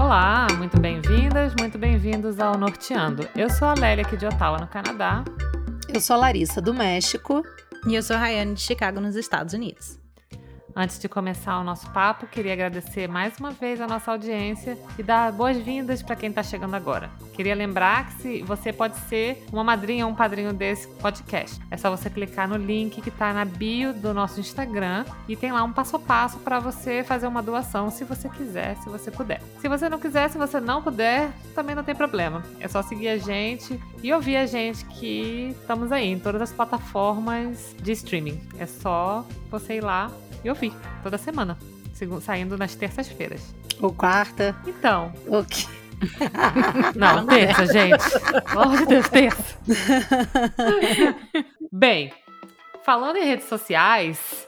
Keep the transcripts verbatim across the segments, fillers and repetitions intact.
Olá, muito bem-vindas, muito bem-vindos ao Norteando. Eu sou a Lélia aqui de Ottawa, no Canadá. Eu sou a Larissa, do México. E eu sou a Rayane, de Chicago, nos Estados Unidos. Antes de começar o nosso papo, queria agradecer mais uma vez a nossa audiência e dar boas-vindas para quem está chegando agora. Queria lembrar que se você pode ser uma madrinha ou um padrinho desse podcast. É só você clicar no link que está na bio do nosso Instagram e tem lá um passo a passo para você fazer uma doação, se você quiser, se você puder. Se você não quiser, se você não puder, também não tem problema. É só seguir a gente e ouvir a gente, que estamos aí em todas as plataformas de streaming. É só você ir lá e ouvir toda semana, saindo nas terças-feiras. Ou quarta. Então. Ok. Não, terça, gente. Pelo amor de Deus, terça. Bem, falando em redes sociais,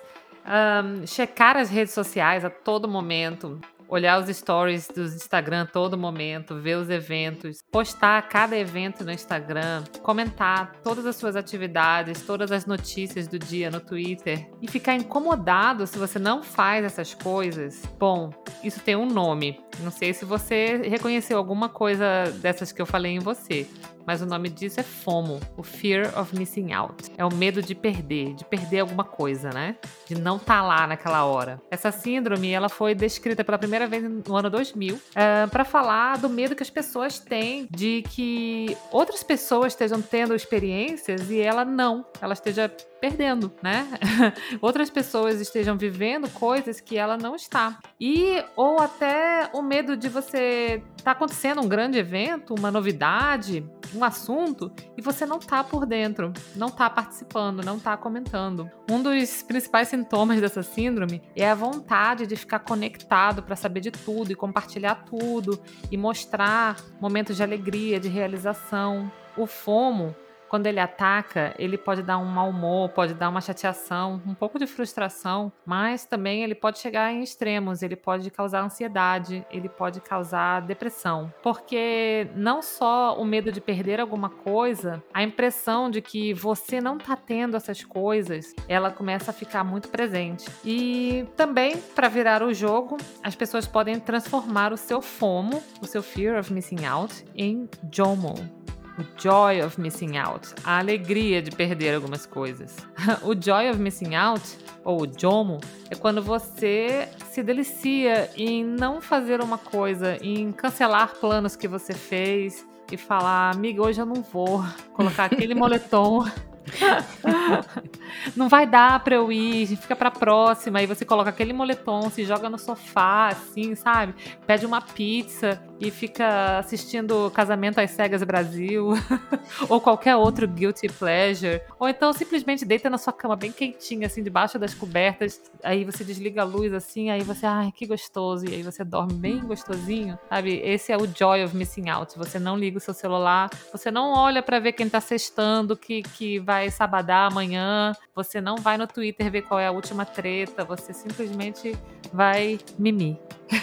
um, checar as redes sociais a todo momento, olhar os stories do Instagram a todo momento, ver os eventos, postar cada evento no Instagram, comentar todas as suas atividades, todas as notícias do dia no Twitter e ficar incomodado se você não faz essas coisas. Bom, isso tem um nome. Não sei se você reconheceu alguma coisa dessas que eu falei em você, mas o nome disso é FOMO, o Fear of Missing Out. É o medo de perder, de perder alguma coisa, né? De não estar lá naquela hora. Essa síndrome, ela foi descrita pela primeira vez no ano dois mil, uh, para falar do medo que as pessoas têm de que outras pessoas estejam tendo experiências e ela não, ela esteja perdendo, né? Outras pessoas estejam vivendo coisas que ela não está. E, ou até o medo de você tá acontecendo um grande evento, uma novidade, um assunto, e você não tá por dentro, não tá participando, não tá comentando. Um dos principais sintomas dessa síndrome é a vontade de ficar conectado para saber de tudo e compartilhar tudo e mostrar momentos de alegria, de realização. O FOMO, quando ele ataca, ele pode dar um mau humor, pode dar uma chateação, um pouco de frustração, mas também ele pode chegar em extremos, ele pode causar ansiedade, ele pode causar depressão. Porque não só o medo de perder alguma coisa, a impressão de que você não está tendo essas coisas, ela começa a ficar muito presente. E também, para virar o jogo, as pessoas podem transformar o seu FOMO, o seu Fear of Missing Out, em JOMO. O Joy of Missing Out, a alegria de perder algumas coisas. O Joy of Missing Out, ou o JOMO, é quando você se delicia em não fazer uma coisa, em cancelar planos que você fez e falar, amiga, hoje eu não vou colocar aquele moletom. Não vai dar pra eu ir, fica pra próxima. Aí você coloca aquele moletom, se joga no sofá, assim, sabe? Pede uma pizza e fica assistindo Casamento às Cegas Brasil ou qualquer outro guilty pleasure. Ou então simplesmente deita na sua cama bem quentinha, assim, debaixo das cobertas. Aí você desliga a luz, assim, aí você, ai, que gostoso. E aí você dorme bem gostosinho, sabe? Esse é o Joy of Missing Out. Você não liga o seu celular, você não olha pra ver quem tá sextando, que, que vai vai sabadar amanhã, você não vai no Twitter ver qual é a última treta, você simplesmente vai mimir.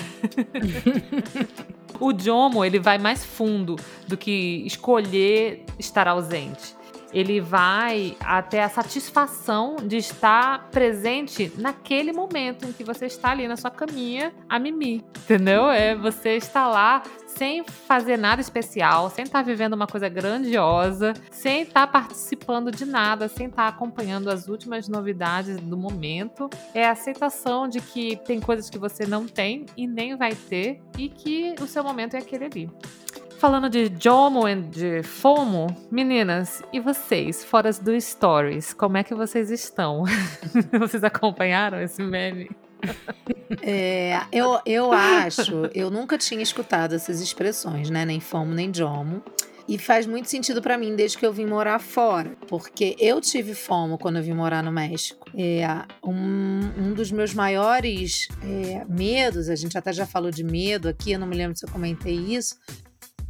O JOMO, ele vai mais fundo do que escolher estar ausente. Ele vai até a satisfação de estar presente naquele momento em que você está ali na sua caminha a mimir, entendeu? É você estar lá sem fazer nada especial, sem estar vivendo uma coisa grandiosa, sem estar participando de nada, sem estar acompanhando as últimas novidades do momento. É a aceitação de que tem coisas que você não tem e nem vai ter e que o seu momento é aquele ali. Falando de JOMO e de FOMO, meninas, e vocês, fora do Stories, como é que vocês estão? Vocês acompanharam esse meme? É, eu, eu acho, eu nunca tinha escutado essas expressões, né? Nem FOMO, nem JOMO. E faz muito sentido pra mim desde que eu vim morar fora. Porque eu tive FOMO quando eu vim morar no México. É, um, um dos meus maiores é, medos, a gente até já falou de medo aqui, eu não me lembro se eu comentei isso,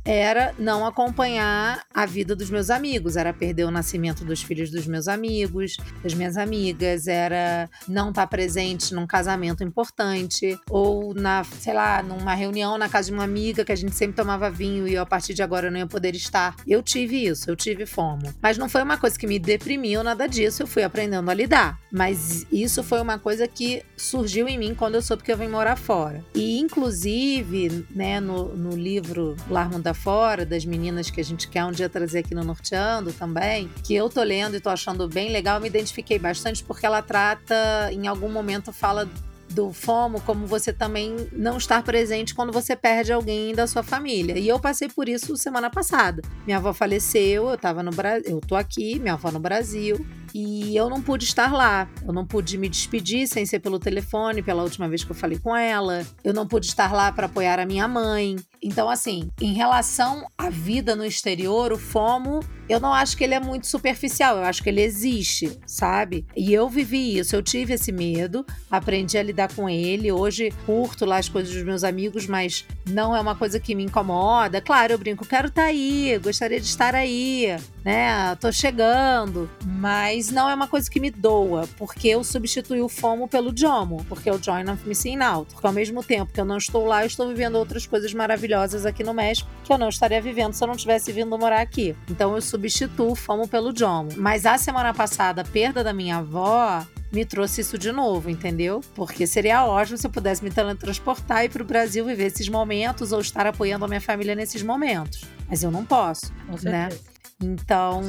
era não acompanhar a vida dos meus amigos, era perder o nascimento dos filhos dos meus amigos, das minhas amigas, era não estar presente num casamento importante, ou na, sei lá, numa reunião na casa de uma amiga que a gente sempre tomava vinho e eu, a partir de agora eu não ia poder estar. Eu tive isso, eu tive FOMO. Mas não foi uma coisa que me deprimiu, nada disso, eu fui aprendendo a lidar. Mas isso foi uma coisa que surgiu em mim quando eu soube que eu vim morar fora. E, inclusive, né, no, no livro Lar Mundo Afora, das meninas que a gente quer um dia trazer aqui no Norteando também, que eu tô lendo e tô achando bem legal, eu me identifiquei bastante porque ela trata, em algum momento, fala do FOMO como você também não estar presente quando você perde alguém da sua família. E eu passei por isso semana passada. Minha avó faleceu, eu tava no Brasil, eu tô aqui, minha avó no Brasil, e eu não pude estar lá. Eu não pude me despedir sem ser pelo telefone, pela última vez que eu falei com ela. Eu não pude estar lá para apoiar a minha mãe. Então, assim, em relação à vida no exterior, o FOMO, eu não acho que ele é muito superficial, eu acho que ele existe, sabe? E eu vivi isso, eu tive esse medo, aprendi a lidar com ele. Hoje curto lá as coisas dos meus amigos, mas não é uma coisa que me incomoda. Claro, eu brinco, quero estar aí, gostaria de estar aí, né? Tô chegando, mas não é uma coisa que me doa, porque eu substituí o FOMO pelo JOMO, porque é o Join of Missing Out. Porque ao mesmo tempo que eu não estou lá, eu estou vivendo outras coisas maravilhosas aqui no México que eu não estaria vivendo se eu não tivesse vindo morar aqui. Então eu substituo o FOMO pelo JOMO. Mas a semana passada, a perda da minha avó me trouxe isso de novo, entendeu? Porque seria ótimo se eu pudesse me teletransportar e ir pro Brasil viver esses momentos ou estar apoiando a minha família nesses momentos. Mas eu não posso, né? Então,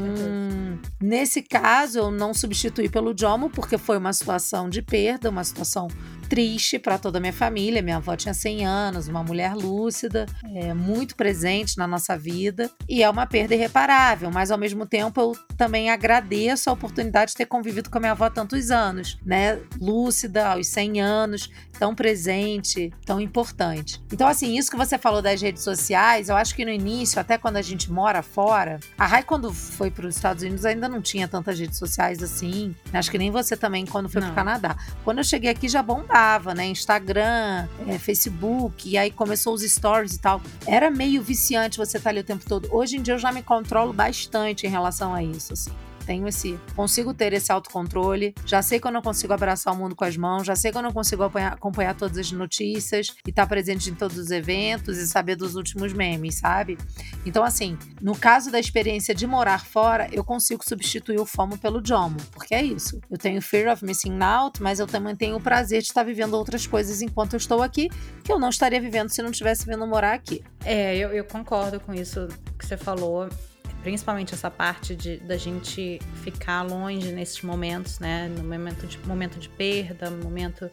nesse caso, eu não substituí pelo JOMO, porque foi uma situação de perda, uma situação triste para toda a minha família. Minha avó tinha cem anos, uma mulher lúcida, é, muito presente na nossa vida, e é uma perda irreparável, mas ao mesmo tempo eu também agradeço a oportunidade de ter convivido com a minha avó há tantos anos, né? Lúcida, aos cem anos, tão presente, tão importante. Então, assim, isso que você falou das redes sociais, eu acho que no início, até quando a gente mora fora, a Rai, quando foi para os Estados Unidos, ainda não tinha tantas redes sociais assim. Acho que nem você também, quando foi para o Canadá. Quando eu cheguei aqui, já bombava, né? Instagram, é, Facebook, e aí começou os stories e tal. Era meio viciante você estar ali o tempo todo. Hoje em dia eu já me controlo bastante em relação a isso, assim. Tenho esse, consigo ter esse autocontrole, já sei que eu não consigo abraçar o mundo com as mãos, já sei que eu não consigo acompanhar, acompanhar todas as notícias e estar presente em todos os eventos e saber dos últimos memes, sabe? Então, assim, no caso da experiência de morar fora, eu consigo substituir o FOMO pelo JOMO, porque é isso. Eu tenho fear of missing out, mas eu também tenho o prazer de estar vivendo outras coisas enquanto eu estou aqui, que eu não estaria vivendo se não tivesse vindo morar aqui. É, eu, eu concordo com isso que você falou. Principalmente essa parte de, da gente ficar longe nesses momentos, né? No momento de, momento de perda, momento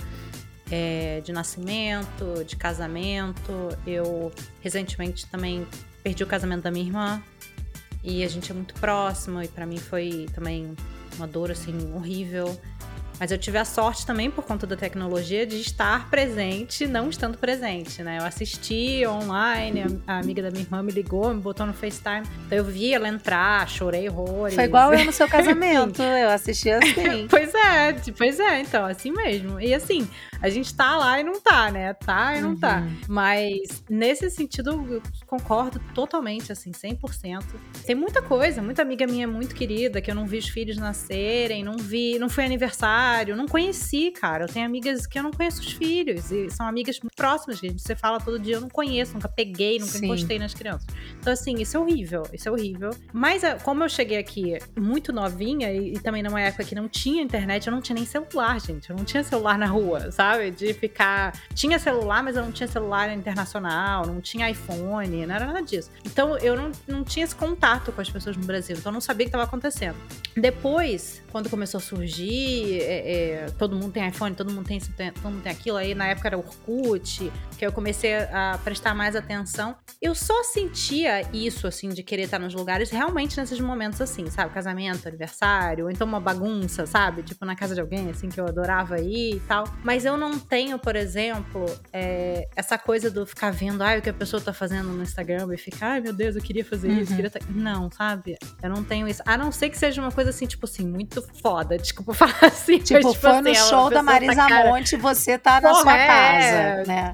é, de nascimento, de casamento. Eu, recentemente, também perdi o casamento da minha irmã. E a gente é muito próximo. E pra mim foi também uma dor, assim, horrível. Mas eu tive a sorte também, por conta da tecnologia, de estar presente, não estando presente, né? Eu assisti online, a, a amiga da minha irmã me ligou, me botou no FaceTime. Então eu vi ela entrar, chorei horrores. Foi igual eu no seu casamento, eu assisti assim. Pois é, pois é, então, assim mesmo. E assim, a gente tá lá e não tá, né? Tá e não uhum. tá. Mas nesse sentido, eu concordo totalmente, assim, cem por cento. Tem muita coisa, muita amiga minha muito querida, que eu não vi os filhos nascerem, não vi, não foi aniversário, eu não conheci, cara. Eu tenho amigas que eu não conheço os filhos. E são amigas muito próximas, que você fala todo dia, eu não conheço, nunca peguei, nunca Sim. encostei nas crianças. Então, assim, isso é horrível. Isso é horrível. Mas, como eu cheguei aqui muito novinha, e, e também numa época que não tinha internet, eu não tinha nem celular, gente. Eu não tinha celular na rua, sabe? De ficar... Tinha celular, mas eu não tinha celular internacional, não tinha iPhone, não era nada disso. Então, eu não, não tinha esse contato com as pessoas no Brasil. Então, eu não sabia o que estava acontecendo. Depois, quando começou a surgir... É, É, todo mundo tem iPhone, todo mundo tem isso, todo mundo tem aquilo. Aí na época era Orkut, que eu comecei a prestar mais atenção. Eu só sentia isso, assim, de querer estar nos lugares realmente nesses momentos assim, sabe? Casamento, aniversário, ou então uma bagunça, sabe? Tipo na casa de alguém, assim, que eu adorava ir e tal. Mas eu não tenho, por exemplo, é, essa coisa do ficar vendo ai, o que a pessoa tá fazendo no Instagram e ficar, ai meu Deus, eu queria fazer uhum. isso, queria tá... Não, sabe? Eu não tenho isso. A não ser que seja uma coisa assim, tipo assim, muito foda, desculpa falar assim. Tipo, tipo, foi assim, no show da Marisa tá, Monte e você tá na Porra, sua casa, é... né?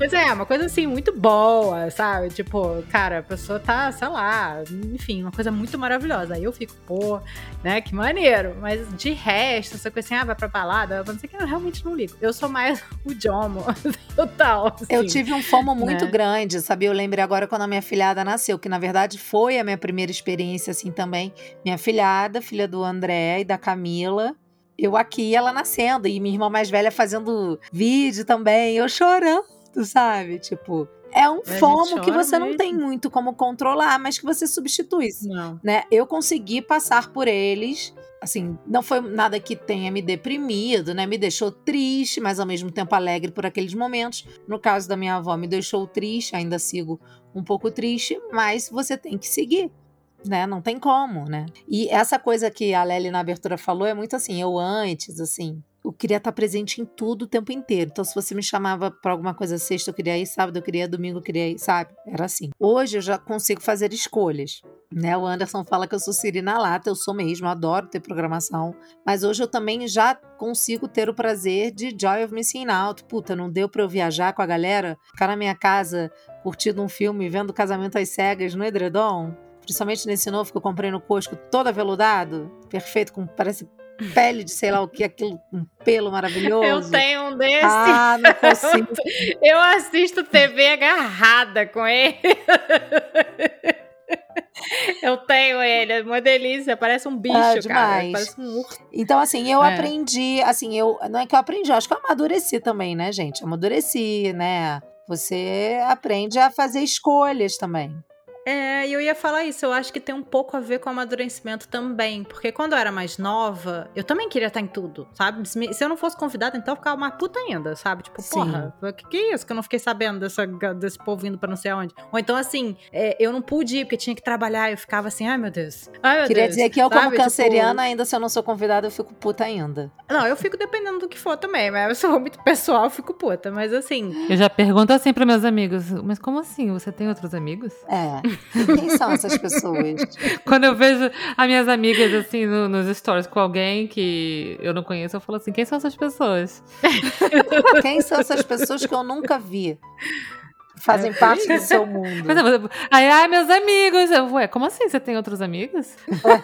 Pois é, uma coisa assim, muito boa, sabe? Tipo, cara, a pessoa tá, sei lá, enfim, uma coisa muito maravilhosa. Aí eu fico, pô, né, que maneiro. Mas de resto, essa coisa assim, ah, vai pra balada, não sei o que, eu realmente não ligo. Eu sou mais o Jomo, total. Assim, eu tive um FOMO muito né? grande, sabia? Eu lembrei agora quando a minha filhada nasceu, que na verdade foi a minha primeira experiência assim também. Minha filhada, filha do André e da Camila. Eu aqui, ela nascendo, e minha irmã mais velha fazendo vídeo também, eu chorando, sabe? Tipo, é um A gente FOMO que chora você não tem mesmo. muito como controlar, mas que você substitui, Não. né? Eu consegui passar por eles, assim, não foi nada que tenha me deprimido, né? Me deixou triste, mas ao mesmo tempo alegre por aqueles momentos. No caso da minha avó, me deixou triste, ainda sigo um pouco triste, mas você tem que seguir. Né? Não tem como, né? E essa coisa que a Lely na abertura falou é muito assim, eu antes, assim, eu queria estar presente em tudo o tempo inteiro. Então, se você me chamava pra alguma coisa sexta, eu queria ir, sábado eu queria ir, domingo eu queria ir, sabe? Era assim. Hoje eu já consigo fazer escolhas, né? O Anderson fala que eu sou siri na lata, eu sou mesmo, eu adoro ter programação, mas hoje eu também já consigo ter o prazer de Joy of Missing Out. Puta, não deu pra eu viajar com a galera, ficar na minha casa, curtindo um filme, vendo Casamento às Cegas no edredom? Principalmente nesse novo que eu comprei no Costco, todo aveludado, perfeito, com parece pele de sei lá o que, aquilo, um pelo maravilhoso. Eu tenho um desse. Ah, não consigo. Eu assisto T V agarrada com ele. Eu tenho ele, é uma delícia, parece um bicho, Ah, cara, demais. parece um urso. Então, assim, eu É. aprendi, assim, eu não é que eu aprendi, eu acho que eu amadureci também, né, gente? Amadureci, né? Você aprende a fazer escolhas também. É, e eu ia falar isso, eu acho que tem um pouco a ver com o amadurecimento também, porque quando eu era mais nova, eu também queria estar em tudo, sabe? Se, me- se eu não fosse convidada, então eu ficava mais puta ainda, sabe? Tipo, Sim. porra, o que, que é isso que eu não fiquei sabendo dessa, desse povo indo pra não sei aonde? Ou então, assim, é, eu não pude ir porque tinha que trabalhar, eu ficava assim, ai meu Deus, ai meu Queria Deus. dizer que eu, como sabe? canceriana, Tipo, ainda se eu não sou convidada, eu fico puta ainda. não, eu fico dependendo do que for também, mas eu sou muito pessoal, eu fico puta, mas assim... Eu já pergunto assim para meus amigos, mas como assim? Você tem outros amigos? É. Quem são essas pessoas? Quando eu vejo as minhas amigas assim no- nos stories com alguém que eu não conheço, eu falo assim, quem são essas pessoas? Quem são essas pessoas que eu nunca vi? Fazem É, parte do isso. seu mundo. Mas eu- aí, ah, meus amigos. Eu, ué, como assim? Você tem outros amigos?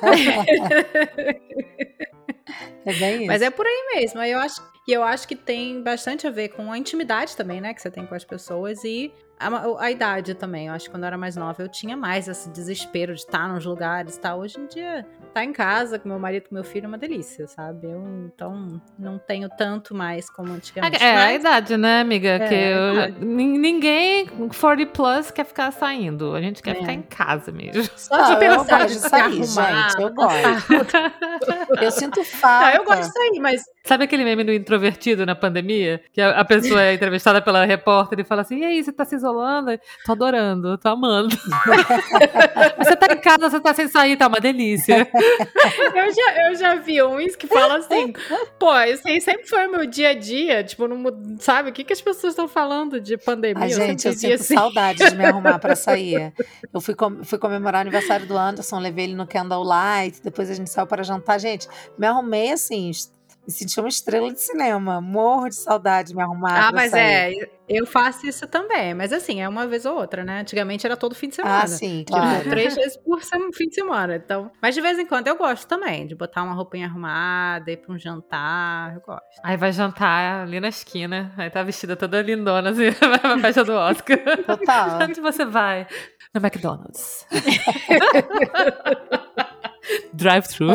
É bem isso. Mas é por aí mesmo. Aí eu acho, e eu acho que tem bastante a ver com a intimidade também, né? Que você tem com as pessoas e a, a idade também. Eu acho que quando eu era mais nova eu tinha mais esse desespero de estar nos lugares e tal. Hoje em dia, estar em casa com meu marido, com meu filho é uma delícia, sabe? Eu, então, não tenho tanto mais como antigamente. É, a Mas, idade, né, amiga? É, que eu- a idade. nin- ninguém quarenta plus quer ficar saindo. A gente quer É. ficar em casa mesmo. só Não, de eu pensar gosto de de se sair, arrumar, gente, eu botar- Eu sinto Não, falta. eu gosto de sair, mas Sabe aquele meme do introvertido na pandemia? Que a, a pessoa é entrevistada pela repórter e fala assim: e aí, você tá se isolando? Tô adorando, tô amando. Mas você tá em casa, você tá sem sair, tá uma delícia. Eu já, eu já vi uns que falam assim, pô, isso aí sempre foi o meu dia a dia, tipo, não, mu- sabe, o que, que as pessoas estão falando de pandemia? Ai, gente, eu sempre vivi sinto assim. saudade de me arrumar pra sair. Eu fui, com- fui comemorar o aniversário do Anderson, levei ele no Candlelight, depois a gente saiu para jantar. Gente, me arrumei assim, est- me senti uma estrela de cinema. Morro de saudade de me arrumar Ah, pra mas sair. é, eu faço isso também, mas assim, é uma vez ou outra, né? Antigamente era todo fim de semana. Ah, sim, Tipo, claro. três vezes por sema- fim de semana. Então, mas de vez em quando eu gosto também, de botar uma roupinha arrumada, ir pra um jantar, eu gosto. Aí vai jantar ali na esquina, aí tá vestida toda lindona, assim, vai pra festa do Oscar. Total. Onde você vai? No McDonald's. Drive-thru.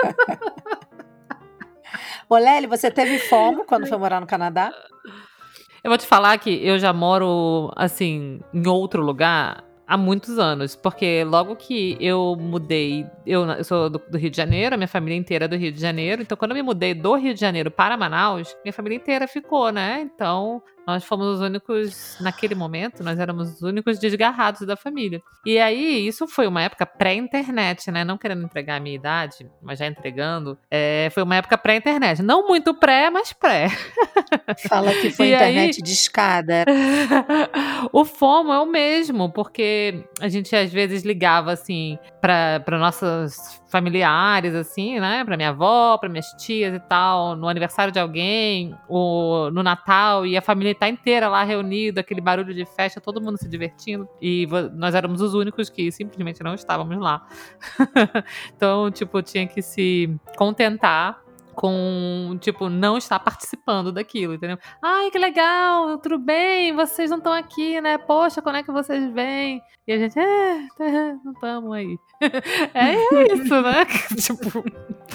Ô, Lely, você teve FOMO quando foi morar no Canadá? Eu vou te falar que eu já moro, assim, em outro lugar há muitos anos. Porque logo que eu mudei, eu, eu sou do, do Rio de Janeiro, a minha família inteira é do Rio de Janeiro. Então, quando eu me mudei do Rio de Janeiro para Manaus, minha família inteira ficou, né? Então, nós fomos os únicos, naquele momento, nós éramos os únicos desgarrados da família. E aí, isso foi uma época pré-internet, né? Não querendo entregar a minha idade, mas já entregando. É, foi uma época pré-internet. Não muito pré, mas pré. Fala que foi E internet aí- de escada. O FOMO é o mesmo, porque a gente às vezes ligava assim para nossos familiares, assim, né? Pra minha avó, pra minhas tias e tal, no aniversário de alguém, ou no Natal, e a família família tá inteira lá reunida, aquele barulho de festa, todo mundo se divertindo. E nós éramos os únicos que simplesmente não estávamos lá. Então, tipo, tinha que se contentar com, tipo, não estar participando daquilo, entendeu? Ai, que legal, tudo bem, vocês não estão aqui, né? Poxa, quando é que vocês vêm? E a gente, é, não estamos aí. É isso, né? Tipo...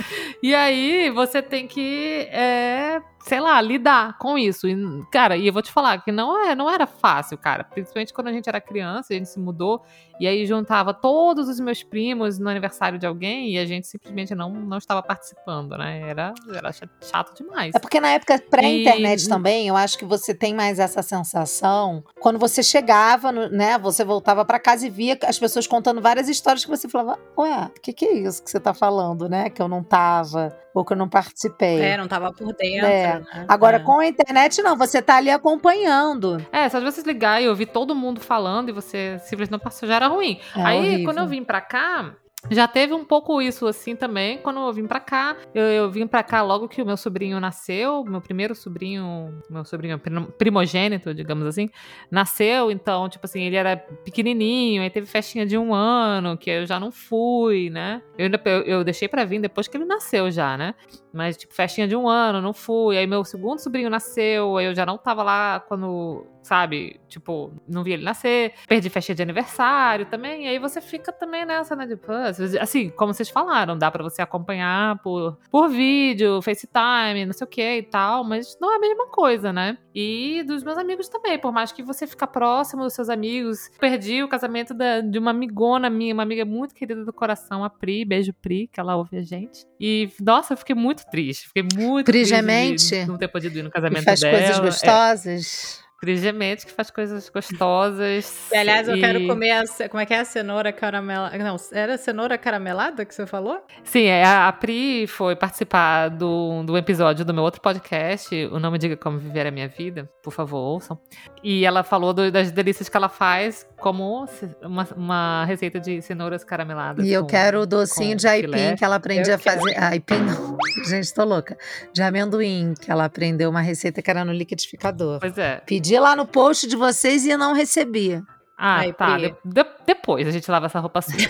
E aí, você tem que, é, sei lá, lidar com isso. E, cara, e eu vou te falar que não, é, não era fácil, cara. Principalmente quando a gente era criança, a gente se mudou. E aí juntava todos os meus primos no aniversário de alguém e a gente simplesmente não, não estava participando, né? Era, era chato demais. É porque na época pré-internet e... também, eu acho que você tem mais essa sensação. Quando você chegava, no, né? Você voltava pra casa e via as pessoas contando várias histórias que você falava, ué, o que, que é isso que você tá falando, né? Que eu não tava, ou que eu não participei. É, não tava por dentro. É. Né? Agora, é. com a internet, não, você tá ali acompanhando. É, só de você ligar e ouvir todo mundo falando e você simplesmente não passou, já era ruim. É aí, horrível. Quando eu vim pra cá, já teve um pouco isso assim também. Quando eu vim pra cá, eu, eu vim pra cá logo que o meu sobrinho nasceu, meu primeiro sobrinho, meu sobrinho primogênito, digamos assim, nasceu. Então, tipo assim, ele era pequenininho, aí teve festinha de um ano, que eu já não fui, né? Eu, ainda, eu, eu deixei pra vir depois que ele nasceu já, né? Mas, tipo, festinha de um ano, não fui. Aí meu segundo sobrinho nasceu, aí eu já não tava lá quando, sabe, tipo, não vi ele nascer. Perdi festinha de aniversário também. E aí você fica também nessa, né? Tipo, assim, como vocês falaram, dá pra você acompanhar por, por vídeo, FaceTime, não sei o que e tal, mas não é a mesma coisa, né? E dos meus amigos também, por mais que você fica próximo dos seus amigos. Perdi o casamento da, de uma amigona minha, uma amiga muito querida do coração, a Pri, beijo Pri, que ela ouve a gente. E, nossa, eu fiquei muito triste, fiquei muito Pri triste Gemente, de não ter podido ir no casamento que faz dela. coisas gostosas. É. Pri Gemente, que faz coisas gostosas. E, aliás, eu e... quero comer a, como é que é a cenoura caramelada? Não, era cenoura caramelada que você falou? Sim, é, a Pri foi participar do, do episódio do meu outro podcast, o Não Me Diga Como Viver a Minha Vida, por favor, ouçam. E ela falou do, das delícias que ela faz, como uma, uma receita de cenouras carameladas. E eu com, quero o docinho de aipim filé. que ela aprende Eu a fazer. Ah, aipim não, gente, tô louca. De amendoim, que ela aprendeu uma receita que era no liquidificador. Pois é. Pedi lá no post de vocês e não recebi. Ah, Ai, tá. Pri. De, de, depois a gente lava essa roupa suja.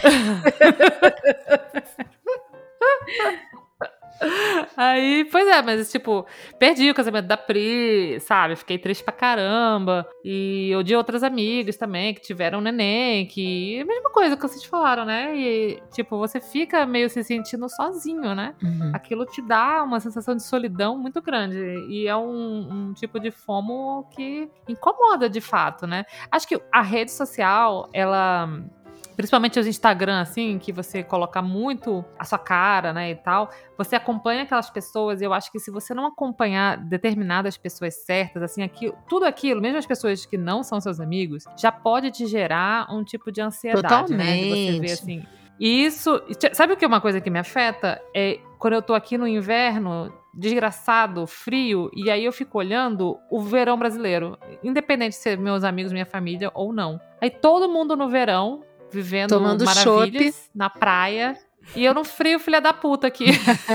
Aí, pois é, mas tipo, perdi o casamento da Pri, sabe? Fiquei triste pra caramba. E eu de outras amigas também, que tiveram neném, que é a mesma coisa que vocês falaram, né? E, tipo, você fica meio se sentindo sozinho, né? Uhum. Aquilo te dá uma sensação de solidão muito grande. E é um, um tipo de FOMO que incomoda de fato, né? Acho que a rede social, ela... Principalmente os Instagram, assim, que você coloca muito a sua cara, né, e tal. Você acompanha aquelas pessoas e eu acho que se você não acompanhar determinadas pessoas certas, assim, aquilo, tudo aquilo, mesmo as pessoas que não são seus amigos, já pode te gerar um tipo de ansiedade, Totalmente. né? De você ver, assim... Isso... Sabe o que é uma coisa que me afeta? É quando eu tô aqui no inverno... desgraçado, frio, e aí eu fico olhando o verão brasileiro, independente de ser meus amigos, minha família ou não. Aí todo mundo no verão, vivendo tomando maravilhas chopp na praia, e eu no frio, filha da puta aqui.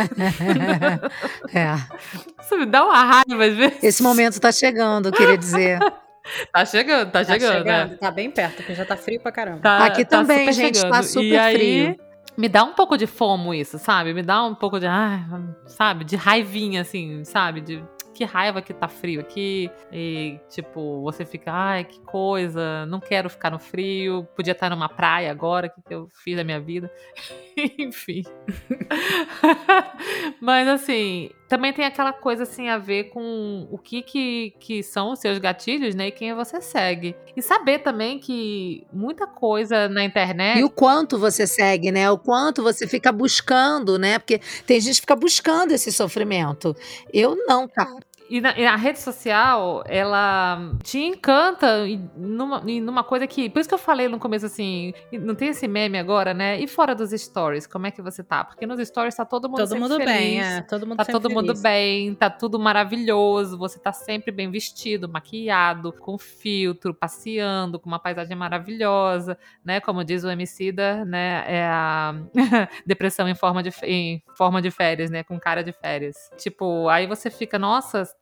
É. Isso me dá uma raiva às vezes. Esse momento tá chegando, eu queria dizer. Tá chegando, tá, Tá chegando, chegando, né? tá bem perto, porque já tá frio pra caramba. Tá, Aqui tá também, super gente, chegando. tá super E aí, frio. me dá um pouco de fomo isso, sabe? Me dá um pouco de, ai, sabe? De raivinha, assim, sabe? De que raiva que tá frio aqui. E, tipo, você fica, ai, que coisa, não quero ficar no frio. Podia estar numa praia agora, o que, que eu fiz da minha vida? Enfim. Mas, assim, também tem aquela coisa, assim, a ver com o que, que, que são os seus gatilhos, né? E quem você segue. E saber também que muita coisa na internet... E o quanto você segue, né? O quanto você fica buscando, né? Porque tem gente que fica buscando esse sofrimento. Eu não, cara. E, na, e a rede social, ela te encanta e numa, e numa coisa que... Por isso que eu falei no começo, assim, não tem esse meme agora, né? E fora dos stories, como é que você tá? Porque nos stories tá todo mundo Todo sempre mundo feliz. bem, é. Todo mundo Tá sempre todo mundo feliz. bem, tá tudo maravilhoso, você tá sempre bem vestido, maquiado, com filtro, passeando, com uma paisagem maravilhosa, né? Como diz o Emicida, né? É a depressão em forma, de, em forma de férias, né? Com cara de férias. Tipo, aí você fica, nossa,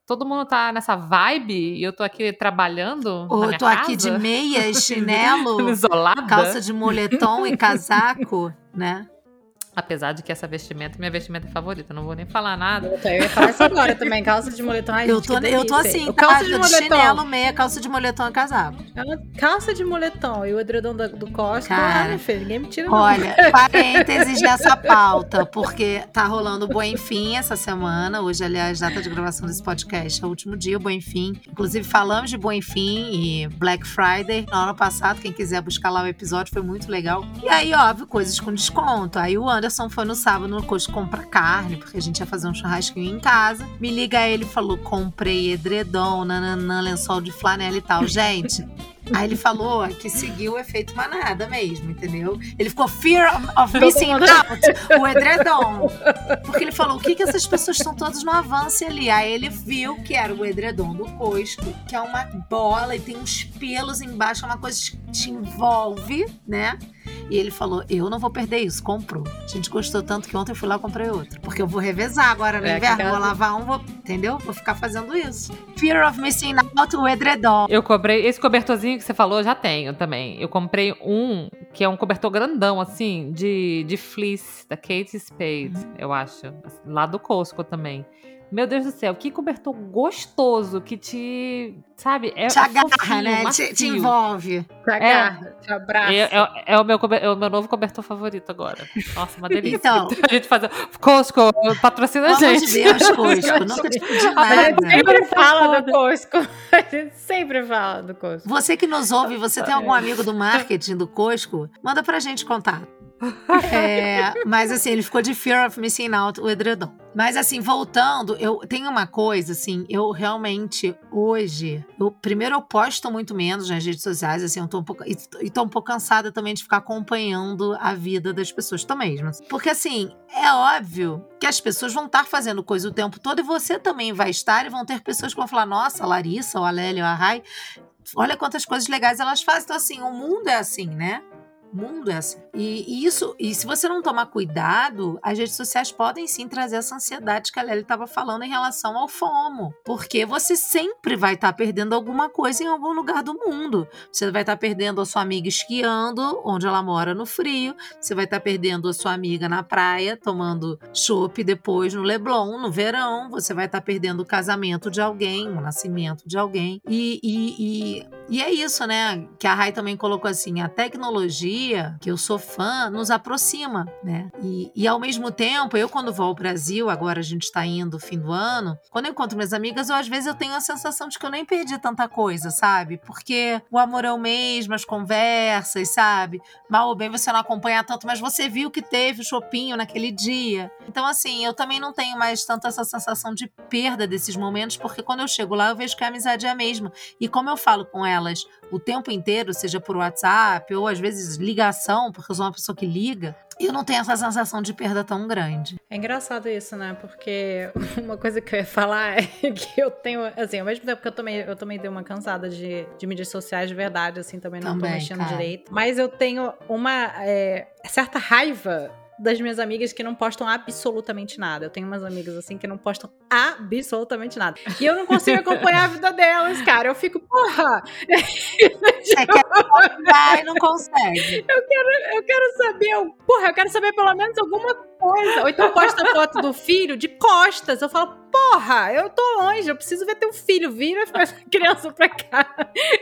todo mundo tá nessa vibe e eu tô aqui trabalhando Ou na eu minha tô casa. aqui de meia, chinelo, isolada. calça de moletom e casaco, né? Apesar de que essa vestimenta é minha vestimenta favorita, não vou nem falar nada. Eu ia falar isso agora também, calça de moletom. Ai, Eu gente, tô, que eu tô delícia. assim, O tá? calça de De moletom. chinelo, meia, calça de moletom e casaco. Ela- Calça de moletom e o edredom do, do Costco. Cara, Ah, minha filha, ninguém me tira não. Olha, parênteses nessa pauta, porque tá rolando o Bom Enfim essa semana. Hoje, aliás, data de gravação desse podcast é o último dia, o Bom Enfim. Inclusive, falamos de Bom Enfim e Black Friday no ano passado. Quem quiser buscar lá o episódio, foi muito legal. E aí, óbvio, coisas com desconto. Aí o Anderson foi no sábado no Costco comprar carne, porque a gente ia fazer um churrasquinho em casa. Me liga ele e falou: comprei edredom, nananã, lençol de flanela e tal. Gente. Aí ele falou que seguiu o efeito manada mesmo, entendeu? Ele ficou fear of, of missing out, o edredom. Porque ele falou, o que que essas pessoas estão todas no avanço ali? Aí ele viu que era o edredom do Costco, que é uma bola e tem uns pelos embaixo, é uma coisa que te envolve, né? E ele falou, eu não vou perder isso, comprou. A gente gostou tanto que ontem eu fui lá e comprei outro. Porque eu vou revezar agora no É, inverno, que vou caso- lavar um, vou, entendeu? Vou ficar fazendo isso. Fear of missing out, o edredom. Eu comprei esse cobertorzinho que você falou, eu já tenho também. Eu comprei um que é um cobertor grandão, assim, de, de fleece, da Kate Spade, eu acho. Lá do Costco também. Meu Deus do céu, que cobertor gostoso que te, sabe, é Te agarra, fofinho, né? Te, macio. te envolve. Te agarra, te abraça. É, é, é o meu, cober- é o meu novo cobertor favorito agora. Nossa, uma delícia. Então. A gente faz. Costco, patrocina a Pelo amor gente. de Deus, Costco, nunca te pedi A gente nada. sempre fala do Costco. A gente sempre fala do Costco. Você que nos ouve, você tem algum amigo do marketing do Costco? Manda pra gente contar. É, mas assim, ele ficou de fear of missing out, o edredom. Mas assim, voltando, eu tenho uma coisa, assim, eu realmente, hoje, eu, primeiro eu posto muito menos nas redes sociais, assim, eu tô um pouco, e, e tô um pouco cansada também de ficar acompanhando a vida das pessoas, tô mesmo. Porque assim, é óbvio que as pessoas vão estar fazendo coisa o tempo todo e você também vai estar, e vão ter pessoas que vão falar, nossa, a Larissa, ou a Lélia, ou a Rai, olha quantas coisas legais elas fazem. Então assim, o mundo é assim, né? O mundo é assim. E, e isso, e se você não tomar cuidado, as redes sociais podem sim trazer essa ansiedade que a Lélia estava falando em relação ao FOMO. Porque você sempre vai estar perdendo alguma coisa em algum lugar do mundo. Você vai estar perdendo a sua amiga esquiando, onde ela mora no frio. Você vai estar perdendo a sua amiga na praia, tomando chopp depois no Leblon, no verão. Você vai estar perdendo o casamento de alguém, o nascimento de alguém. E, e, e, e é isso, né? Que a Rai também colocou assim, a tecnologia, que eu sou fã, nos aproxima, né? E, e ao mesmo tempo, eu quando vou ao Brasil, agora a gente está indo fim do ano, quando eu encontro minhas amigas, eu às vezes eu tenho a sensação de que eu nem perdi tanta coisa, sabe? Porque o amor é o mesmo, as conversas, sabe? Mal ou bem você não acompanha tanto, mas você viu que teve o chopinho naquele dia. Então assim, eu também não tenho mais tanto essa sensação de perda desses momentos, porque quando eu chego lá eu vejo que a amizade é a mesma. E como eu falo com elas o tempo inteiro, seja por WhatsApp ou às vezes ligação, porque eu sou uma pessoa que liga, eu não tenho essa sensação de perda tão grande. É engraçado isso, né? Porque uma coisa que eu ia falar é que eu tenho, assim, ao mesmo tempo que eu também, eu também dei uma cansada de, de mídias sociais de verdade, assim, também não Também, tô mexendo cara. direito. Mas eu tenho uma é, certa raiva das minhas amigas que não postam absolutamente nada. Eu tenho umas amigas, assim, que não postam absolutamente nada. E eu não consigo acompanhar a vida delas, cara. Eu fico, porra! Você quer acompanhar e não consegue. Eu quero, eu quero saber, porra, eu quero saber pelo menos alguma coisa. Ou então posta a foto do filho de costas. Eu falo, porra, eu tô longe, eu preciso ver teu filho. Vira essa criança pra cá.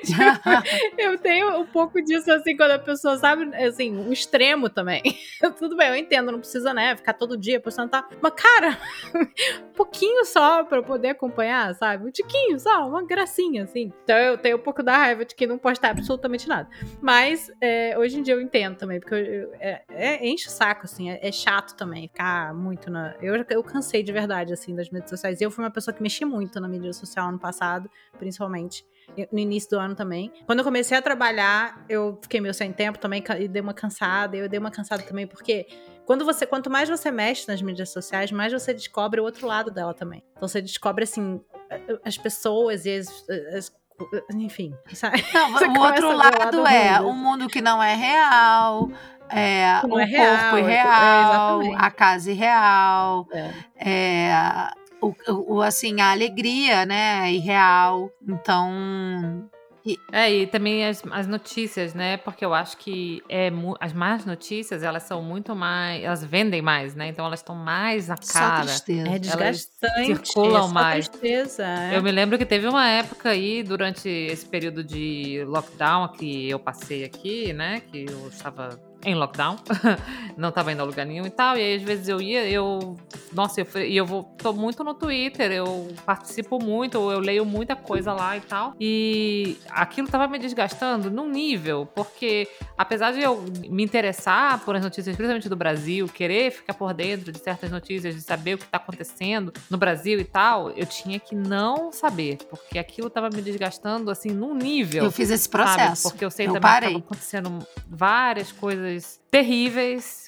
Eu tenho um pouco disso, assim, quando a pessoa sabe, assim, o extremo também. Tudo bem, eu entendo, não precisa, né, ficar todo dia postando tal. Mas, cara, um pouquinho só pra eu poder acompanhar, sabe? Um tiquinho só, uma gracinha, assim. Então eu tenho um pouco da raiva de que não postar absolutamente nada. Mas, é, hoje em dia eu entendo também, porque eu, eu, é, é, enche o saco, assim, é, é chato também ficar muito na... Eu, eu cansei de verdade, assim, das mídias sociais. Eu fui uma pessoa que mexia muito na mídia social ano passado, principalmente. No início do ano também. Quando eu comecei a trabalhar, eu fiquei meio sem tempo também e dei uma cansada. Eu dei uma cansada também, porque quando você, quanto mais você mexe nas mídias sociais, mais você descobre o outro lado dela também. Então você descobre, assim, as pessoas e as... as enfim, sabe? Não, Você o outro começa a ver o lado lado é ruim, um mundo que não é real, é, Que não o é corpo real, é- é, irreal, exatamente. a casa irreal, É. é, o, o, assim, a alegria, né, é irreal. Então... E... É, e também as, as notícias, né? Porque eu acho que é, as más notícias, elas são muito mais... Elas vendem mais, né? Então elas estão mais na cara. Só tristeza. É desgastante. Elas circulam só mais. Tristeza, é. Eu me lembro que teve uma época aí, durante esse período de lockdown que eu passei aqui, né? Que eu estava... em lockdown, não tava indo a lugar nenhum e tal, e aí às vezes eu ia, eu, nossa, eu, e eu vou, tô muito no Twitter, eu participo muito, eu leio muita coisa lá e tal, e aquilo tava me desgastando num nível, porque apesar de eu me interessar por as notícias, principalmente do Brasil, querer ficar por dentro de certas notícias, de saber o que tá acontecendo no Brasil e tal, eu tinha que não saber, porque aquilo tava me desgastando, assim, num nível. Eu fiz esse processo, sabe? Porque eu sei eu também parei. que tava acontecendo várias coisas terríveis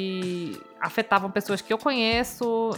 que afetavam pessoas que eu conheço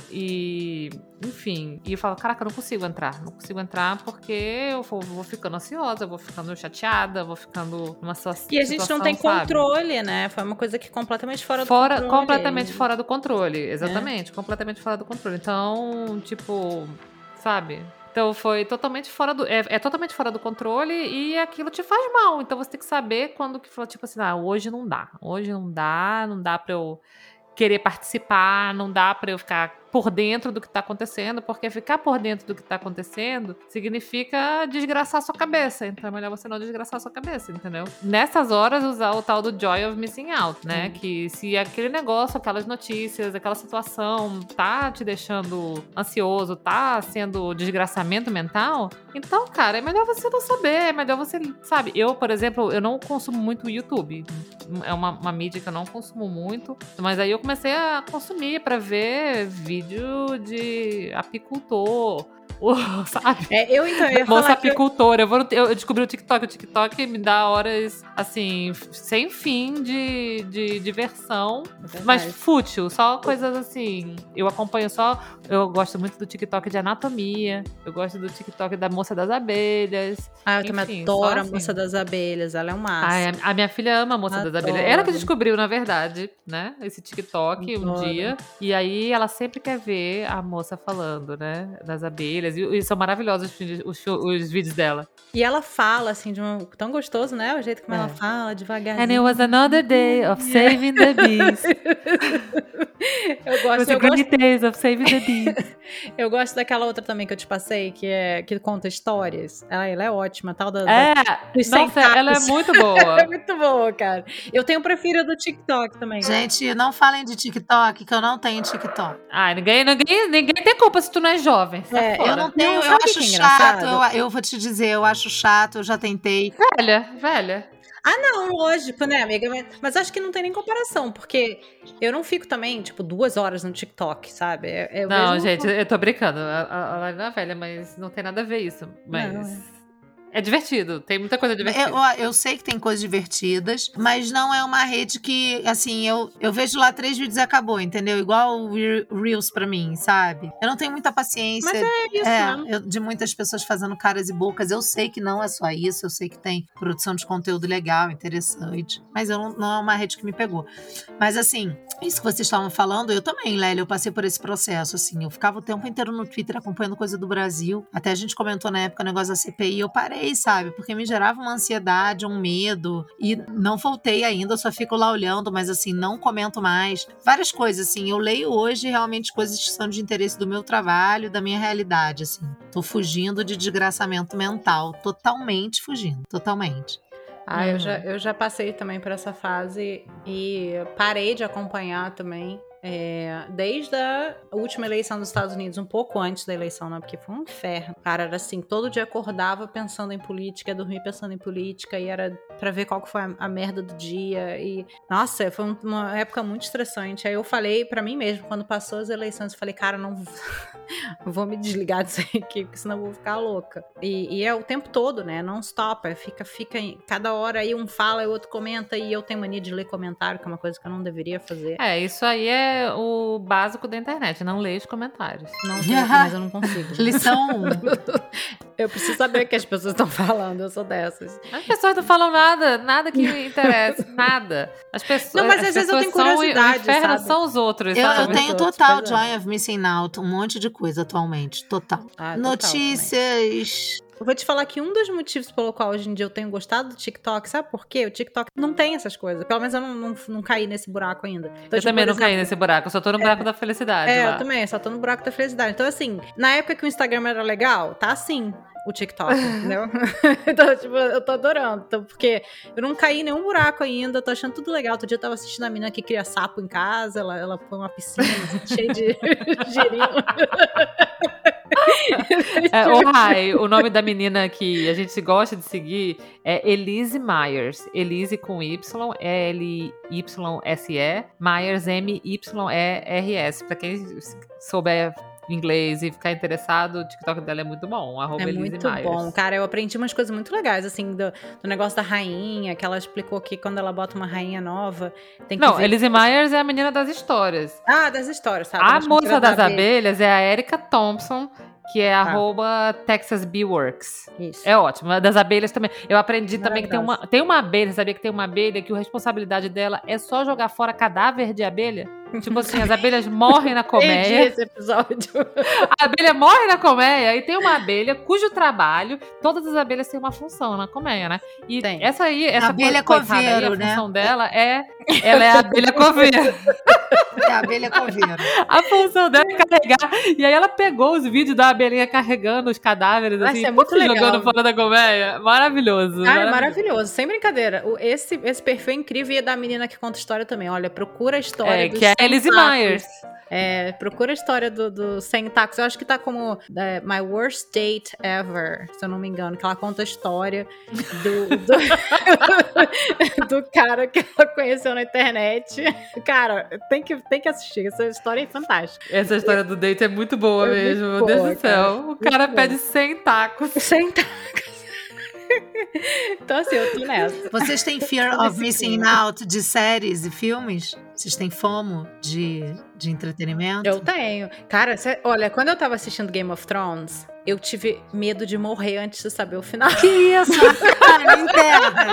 e, enfim, e eu falo, caraca, eu não consigo entrar, não consigo entrar porque eu vou, vou ficando ansiosa, eu vou ficando chateada, eu vou ficando numa situação. E a gente situação, não tem sabe? controle, né? Foi uma coisa que completamente fora, fora do controle. Completamente fora do controle, exatamente, é. completamente fora do controle. Então, tipo, sabe? Então foi totalmente fora do... É, é totalmente fora do controle e aquilo te faz mal. Então você tem que saber quando que fala, tipo assim, ah, hoje não dá. Hoje não dá, não dá pra eu querer participar, não dá pra eu ficar por dentro do que tá acontecendo, porque ficar por dentro do que tá acontecendo significa desgraçar sua cabeça. Então é melhor você não desgraçar sua cabeça, entendeu? Nessas horas, usar o tal do joy of missing out, né? Hum. Que se aquele negócio, aquelas notícias, aquela situação tá te deixando ansioso, tá sendo desgraçamento mental, então, cara, é melhor você não saber, é melhor você, sabe? Eu, por exemplo, eu não consumo muito o YouTube. É uma, uma mídia que eu não consumo muito, mas aí eu comecei a consumir pra ver vídeos vídeo de apicultor, sabe? É, eu então, eu ia Moça falar apicultora. Eu... Eu, eu descobri o TikTok. O TikTok me dá horas, assim, sem fim de, de diversão. É mas fútil, só coisas assim. Eu acompanho só... Eu gosto muito do TikTok de anatomia. Eu gosto do TikTok da Moça das Abelhas. Ah, eu Enfim, também adoro a assim. Moça das Abelhas. Ela é um máximo. Ai, a, a minha filha ama a Moça adoro. das Abelhas. Ela que descobriu, na verdade, né? Esse TikTok adoro. um dia. E aí, ela sempre quer ver a moça falando, né? Das abelhas. E, e são maravilhosos os, os, os vídeos dela. E ela fala, assim, de um tão gostoso, né? O jeito como é. ela fala, devagarzinho. And it was another day of saving the bees. Eu gosto, it was a eu great gosto... days of saving the bees. Eu gosto daquela outra também que eu te passei, que, é, que conta histórias. Ela, ela é ótima, tal da... É, da, nossa, ela é muito boa. É muito boa, cara. Eu tenho prefiro do TikTok também. Gente, não falem de TikTok, que eu não tenho TikTok. Ah, ninguém, ninguém, ninguém tem culpa se tu não é jovem. É, eu não tenho, não, eu acho chato, eu, eu vou te dizer, eu acho chato, eu já tentei. Velha, velha. Ah, não, lógico, né, amiga? Mas acho que não tem nem comparação, porque eu não fico também, tipo, duas horas no TikTok, sabe? Eu não, vejo... gente, eu tô brincando. A Larina é velha, mas não tem nada a ver isso. Mas... Não, é. É divertido, tem muita coisa divertida. Eu, eu sei que tem coisas divertidas, mas não é uma rede que, assim, eu, eu vejo lá três vídeos e acabou, entendeu? Igual o Reels pra mim, sabe? Eu não tenho muita paciência. Mas é isso, é, né? eu, de muitas pessoas fazendo caras e bocas. Eu sei que não é só isso, eu sei que tem produção de conteúdo legal, interessante, mas eu não, não é uma rede que me pegou. Mas, assim, isso que vocês estavam falando, eu também, Lélia, eu passei por esse processo, assim, eu ficava o tempo inteiro no Twitter acompanhando coisa do Brasil. Até a gente comentou na época o negócio da C P I, eu parei, sabe? Porque me gerava uma ansiedade, um medo. E não voltei ainda, eu só fico lá olhando, mas assim, não comento mais. Várias coisas, assim. Eu leio hoje realmente coisas que são de interesse do meu trabalho, da minha realidade, assim. Tô fugindo de desgraçamento mental. Totalmente fugindo. Totalmente. Ah, uhum. eu, já, eu já passei também por essa fase e parei de acompanhar também. É, desde a última eleição dos Estados Unidos, um pouco antes da eleição, né? Porque foi um inferno. Cara, era assim, todo dia acordava pensando em política, dormia pensando em política, e era pra ver qual que foi a, a merda do dia. E, nossa, foi uma época muito estressante. Aí eu falei pra mim mesmo, quando passou as eleições, eu falei, cara, não vou me desligar disso aí, porque senão eu vou ficar louca. E, e é o tempo todo, né? Não stop. É, fica, fica, cada hora aí um fala e o outro comenta, e eu tenho mania de ler comentário, que é uma coisa que eu não deveria fazer. É, isso aí é é o básico da internet, não ler os comentários. Não vi, mas eu não consigo. Lição um. Eu preciso saber o que as pessoas estão falando, eu sou dessas. As pessoas não falam nada, nada que me interessa, nada. As pessoas, não, mas as às vezes eu tenho são, curiosidade, o inferno sabe? são os outros, Eu, sabe? eu tenho Os outros, total pois é. joy of missing out, um monte de coisa atualmente, total. Ah, total Notícias. Eu vou te falar que um dos motivos pelo qual hoje em dia eu tenho gostado do TikTok, sabe por quê? O TikTok não tem essas coisas. Pelo menos eu não, não, não caí nesse buraco ainda. Então, Eu tipo, também por não caí exemplo, nesse buraco, eu só tô no buraco da felicidade É, lá. eu também, só tô no buraco da felicidade. Então, assim, na época que o Instagram era legal, tá assim o TikTok, entendeu? Então, tipo, eu tô adorando. Então, porque eu não caí em nenhum buraco ainda, tô achando tudo legal. Outro dia eu tava assistindo a menina que cria sapo em casa, ela, ela põe uma piscina cheia de girinho. É, o Rai, o nome da menina que a gente gosta de seguir é Elise Myers. Elise com Y, é L Y S E, Myers, M Y E R S. Pra quem souber inglês e ficar interessado, o TikTok dela é muito bom. Arroba É Elise muito Myers. bom, cara. Eu aprendi umas coisas muito legais, assim, do, do negócio da rainha, que ela explicou que quando ela bota uma rainha nova, tem que Não, ver... Elise Myers é a menina das histórias. Ah, das histórias, sabe? A Das moça mentiras das da abelha. abelhas é a Erika Thompson, que é Ah. arroba Texas Beeworks. Isso. É ótimo. A das abelhas também. Eu aprendi também que tem Maravilhosa. uma, tem uma abelha, sabia que tem uma abelha que a responsabilidade dela é só jogar fora cadáver de abelha? Tipo assim, as abelhas morrem na Perdi colmeia. esse episódio. A abelha morre na colmeia e tem uma abelha cujo trabalho, todas as abelhas têm uma função na colmeia, né? E Tem. essa aí, essa Abelha coitada aí, coveiro, a né? função dela é, ela é a abelha coveira. É a abelha coveira. A função dela é carregar. E aí ela pegou os vídeos da abelhinha carregando os cadáveres, Nossa, assim, é muito legal. jogando fora da colmeia. Maravilhoso. Ah, é maravilhoso. Sem brincadeira. O- esse, esse perfil é incrível e é da menina que conta história também. Olha, procura a história É, dos que é a cem Elise tacos. Myers. É, procura a história do, do cem tacos. Eu acho que tá como é, My Worst Date Ever, se eu não me engano. Que ela conta a história do, do, do cara que ela conheceu na internet. Cara, tem que, tem que assistir. Essa história é fantástica. Essa história do date é muito boa É mesmo, muito meu Deus boa, do céu. cara. O cara Muito pede cem tacos. cem tacos. Então, assim, eu tô nessa. Vocês têm fear Tudo of isso missing sim. out de séries e filmes? Vocês têm fomo de, de entretenimento? Eu tenho. Cara, cê- olha, quando eu tava assistindo Game of Thrones, eu tive medo de morrer antes de saber o final. Que isso? Cara, me enterra.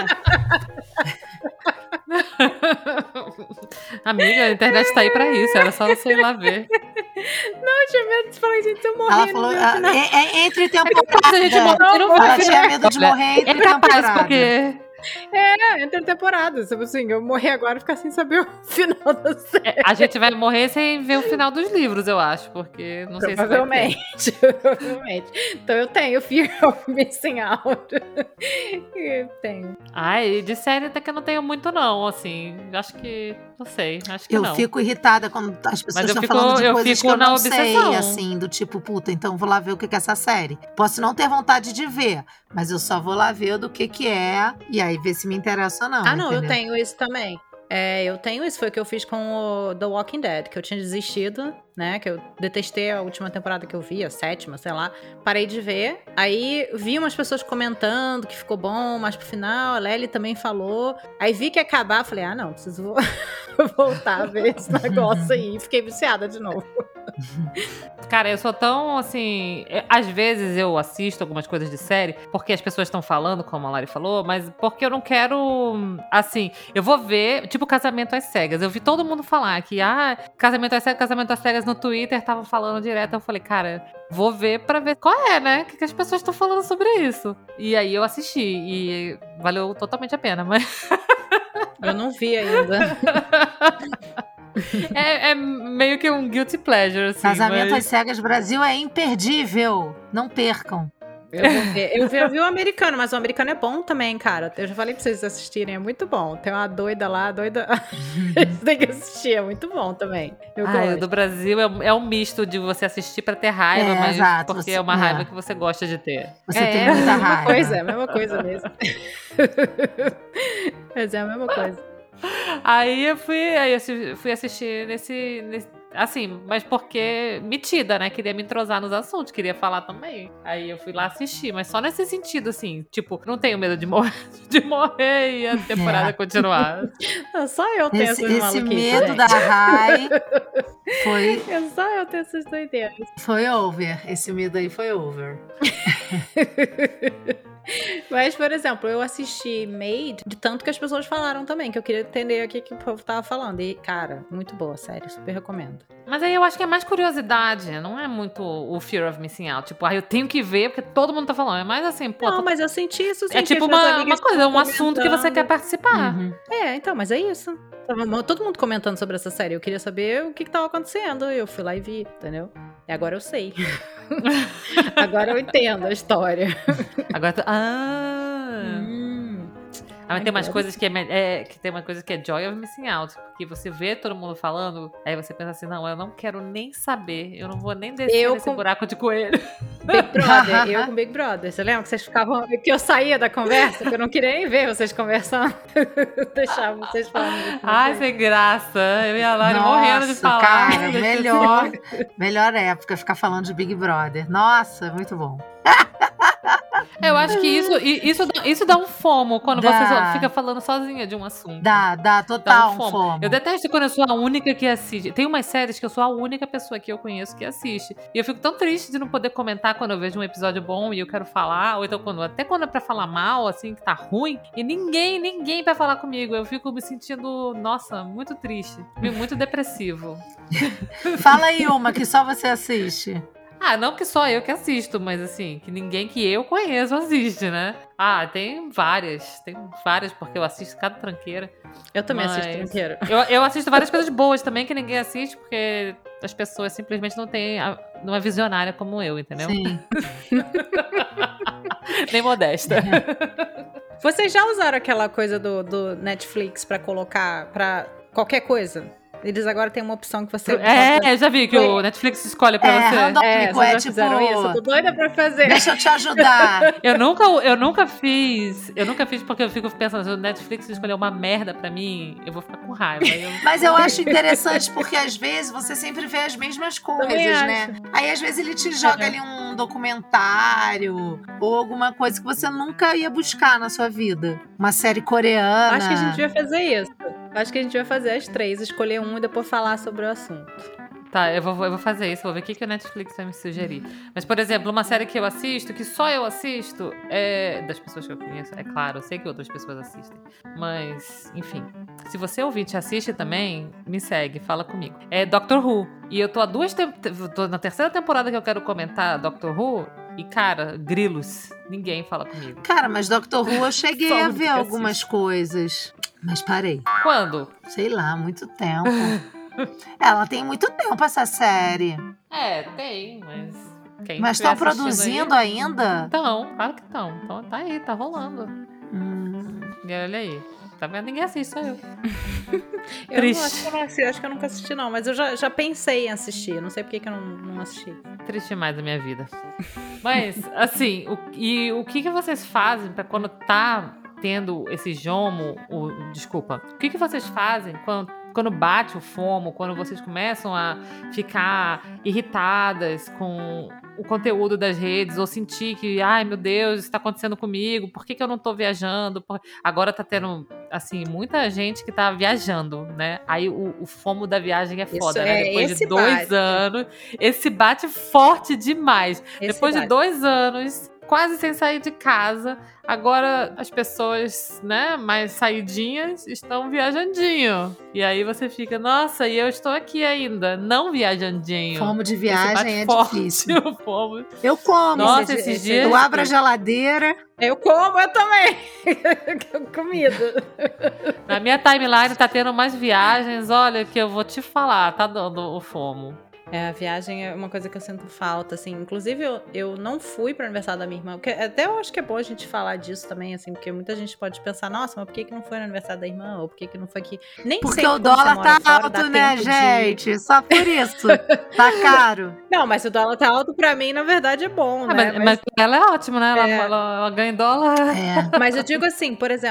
Amiga, a internet tá aí pra isso, era só você ir lá ver. Eu tinha medo de falar, gente, se eu morrer Ela no falou, meu ah, final. é, é entre Mas a temporadas. gente morre, não Ela vai tinha medo de Olha, morrer entre É capaz, temporadas. porque É, entre temporadas. Tipo assim, eu morrer agora e ficar sem saber o final da série. é, a gente vai morrer sem ver o final dos livros, eu acho, porque não sei se vai ter. Provavelmente, provavelmente. Então eu tenho Fear of Missing Out. Eu tenho. Ai, de série até que eu não tenho muito não, assim, acho que, não sei, acho que Eu não. fico irritada quando as pessoas Mas eu estão fico- falando de eu coisas fico que eu na não obsessão. sei, assim, do tipo, puta, então vou lá ver o que que é essa série. Posso não ter vontade de ver, mas eu só vou lá ver do que que é, e aí ver se me interessa ou não. Ah, não, eu entendeu? tenho isso também. É, eu tenho isso, foi o que eu fiz com o The Walking Dead, que eu tinha desistido, né? Que eu detestei a última temporada que eu vi, a sétima, sei lá. Parei de ver. Aí vi umas pessoas comentando que ficou bom, mas pro final a Lely também falou. Aí vi que ia acabar, falei, ah, não, preciso vo- voltar a ver esse negócio aí. E fiquei viciada de novo. Cara, eu sou tão, assim... é, Às vezes eu assisto algumas coisas de série porque as pessoas estão falando, como a Lari falou, mas porque eu não quero... Assim, eu vou ver, tipo, Casamento às Cegas. Eu vi todo mundo falar que, ah, Casamento às Cegas, Casamento às Cegas no Twitter, estavam falando direto. Eu falei, cara, vou ver pra ver qual é, né? O que, que as pessoas estão falando sobre isso. E aí eu assisti e valeu totalmente a pena, mas... Eu não vi ainda. é, é meio que um guilty pleasure, assim. Casamento mas... às Cegas Brasil é imperdível. Não percam. Eu vou ver. Eu vi, eu vi o americano, mas o americano é bom também, cara. Eu já falei pra vocês assistirem, é muito bom. Tem uma doida lá, doida. Vocês têm que assistir, é muito bom também. Eu Ah, o gosto. do Brasil é, é um misto de você assistir pra ter raiva, É, mas exato, porque você- é uma é. raiva que você gosta de ter. Você é, tem é a muita mesma raiva. coisa, é a mesma coisa mesmo. Mas é a mesma coisa. Aí eu fui, aí eu assi- fui assistir nesse, nesse- Assim, mas porque metida, né? Queria me entrosar nos assuntos, queria falar também. Aí eu fui lá assistir, mas só nesse sentido, assim. Tipo, não tenho medo de morrer, de morrer e a temporada É. continuar. Não, só eu tenho Esse, essas esse maluquices, medo gente. da Rai foi, É só eu tenho essas doideiras. foi over. Esse medo aí foi over. Mas, por exemplo, eu assisti Made de tanto que as pessoas falaram também, que eu queria entender o que, que o povo tava falando. E, cara, muito boa, sério, super recomendo. Mas aí eu acho que é mais curiosidade, não é muito o fear of missing out. Tipo, ah, eu tenho que ver porque todo mundo tá falando. É mais assim, pô. Não, tô- mas eu senti isso sim. É que tipo as minhas uma, amigas uma coisa, estavam um assunto que você quer comentando. participar. Uhum. É, então, mas é isso. Tava todo mundo comentando sobre essa série. Eu queria saber o que, que tava acontecendo. Eu fui lá e vi, entendeu? E agora eu sei. Agora eu entendo a história. Agora tu... Ah! Hum. Ah, mas tem umas Agora coisas que é, me- é que tem uma coisa que é joy of missing out, porque você vê todo mundo falando, aí você pensa assim, não, eu não quero nem saber, eu não vou nem descer Eu nesse com- buraco de coelho. Big Brother, eu com Big Brother. Você lembra que vocês ficavam. Que eu saía da conversa, que eu não queria nem ver vocês conversando. Deixava vocês falando. Ai, sem graça. Eu e a Lari morrendo de Nossa, falar. cara, melhor, melhor época ficar falando de Big Brother. Nossa, muito bom. Eu acho que isso, i- isso, dá- isso dá um fomo quando Dá. você só fica falando sozinha de um assunto. Dá, dá Dá total um um fomo. fomo. Eu detesto quando eu sou a única que assiste. Tem umas séries que eu sou a única pessoa que eu conheço que assiste. E eu fico tão triste de não poder comentar quando eu vejo um episódio bom e eu quero falar. Ou então, quando, até quando é pra falar mal, assim, que tá ruim. E ninguém, ninguém vai falar comigo. Eu fico me sentindo, nossa, muito triste. Muito depressivo. Fala aí uma que só você assiste. Ah, não que só eu que assisto, mas assim, que ninguém que eu conheço assiste, né? Ah, tem várias. Tem várias, porque eu assisto cada tranqueira. Eu também Mas- assisto inteiro. Eu, eu assisto várias coisas boas também que ninguém assiste, porque as pessoas simplesmente não têm. A, não é visionária como eu, entendeu? Sim. Nem modesta. Vocês já usaram aquela coisa do, do Netflix pra colocar pra qualquer coisa? Eles agora têm uma opção que você É, pode- eu já vi que o Netflix escolhe pra É, você. random É, click, vocês é já tipo, fizeram isso? Eu tô doida pra fazer. deixa eu te ajudar. Eu nunca, eu nunca fiz. Eu nunca fiz porque eu fico pensando, se o Netflix escolher uma merda pra mim, eu vou ficar com raiva. Aí eu- Mas eu acho interessante porque às vezes você sempre vê as mesmas coisas, Também né? Aí às vezes ele te joga É. ali um documentário ou alguma coisa que você nunca ia buscar na sua vida. Uma série coreana. Acho que a gente vai fazer isso. Acho que a gente vai fazer as três, escolher um e depois falar sobre o assunto. Tá, eu vou, eu vou fazer isso, vou ver o que, que o Netflix vai me sugerir. Mas, por exemplo, uma série que eu assisto, que só eu assisto, é. Das pessoas que eu conheço, é claro, eu sei que outras pessoas assistem. Mas, enfim. Se você ouvinte assiste também, me segue, fala comigo. É Doctor Who. E eu tô há duas. Tem... Tô na terceira temporada que eu quero comentar Doctor Who. E, cara, grilos. Ninguém fala comigo. Cara, mas Doctor Who eu cheguei Só a um ver que algumas coisas. Mas parei. Quando? Sei lá, muito tempo. Ela tem muito tempo essa série. É, tem, mas. Quem Mas estiver estão assistindo produzindo aí... ainda? Então, claro que estão. Então tá aí, tá rolando. Hum. E olha aí. Tá vendo? Ninguém assiste, só eu. Eu Triste. não, acho, que eu não assisti, acho que eu nunca assisti, não. Mas eu já, já pensei em assistir. Não sei por que que eu não, não assisti. Triste mais da minha vida. Mas, assim, o, e o que, que vocês fazem pra quando tá tendo esse jomo, o, desculpa, o que, que vocês fazem quando, quando bate o fomo, quando vocês começam a ficar irritadas com o conteúdo das redes, ou sentir que, ai meu Deus, isso tá acontecendo comigo, por que, que eu não tô viajando? Por... Agora tá tendo, assim, muita gente que tá viajando, né? Aí o, o fomo da viagem é foda, Isso, né? é, Depois de esse dois bate. anos, esse bate forte demais. Esse Depois de bate. dois anos, quase sem sair de casa, agora as pessoas, né, mais saidinhas, estão viajandinho. E aí você fica, nossa, e eu estou aqui ainda, não viajandinho. Fomo de Esse viagem bate é forte, difícil. o fomo. Eu como. Nossa, esse- esses esse- dias... Eu abro a geladeira. Eu como, eu também. Comida. Na minha timeline tá tendo mais viagens, olha, que eu vou te falar, tá dando o fomo. É, a viagem é uma coisa que eu sinto falta, assim. Inclusive, eu, eu não fui pro aniversário da minha irmã. Porque até eu acho que é bom a gente falar disso também, assim. Porque muita gente pode pensar, nossa, mas por que, que não foi no aniversário da irmã? Ou por que, que não foi aqui? Nem Porque sempre o quando dólar você mora tá fora, dá alto, né, tempo de- gente? Só por isso. Tá caro. Não, mas se o dólar tá alto, pra mim, na verdade, é bom, Ah, né? mas, mas ela é ótima, né? Ela, É. ela, ela ganha em dólar. É. Mas eu digo assim, por exemplo,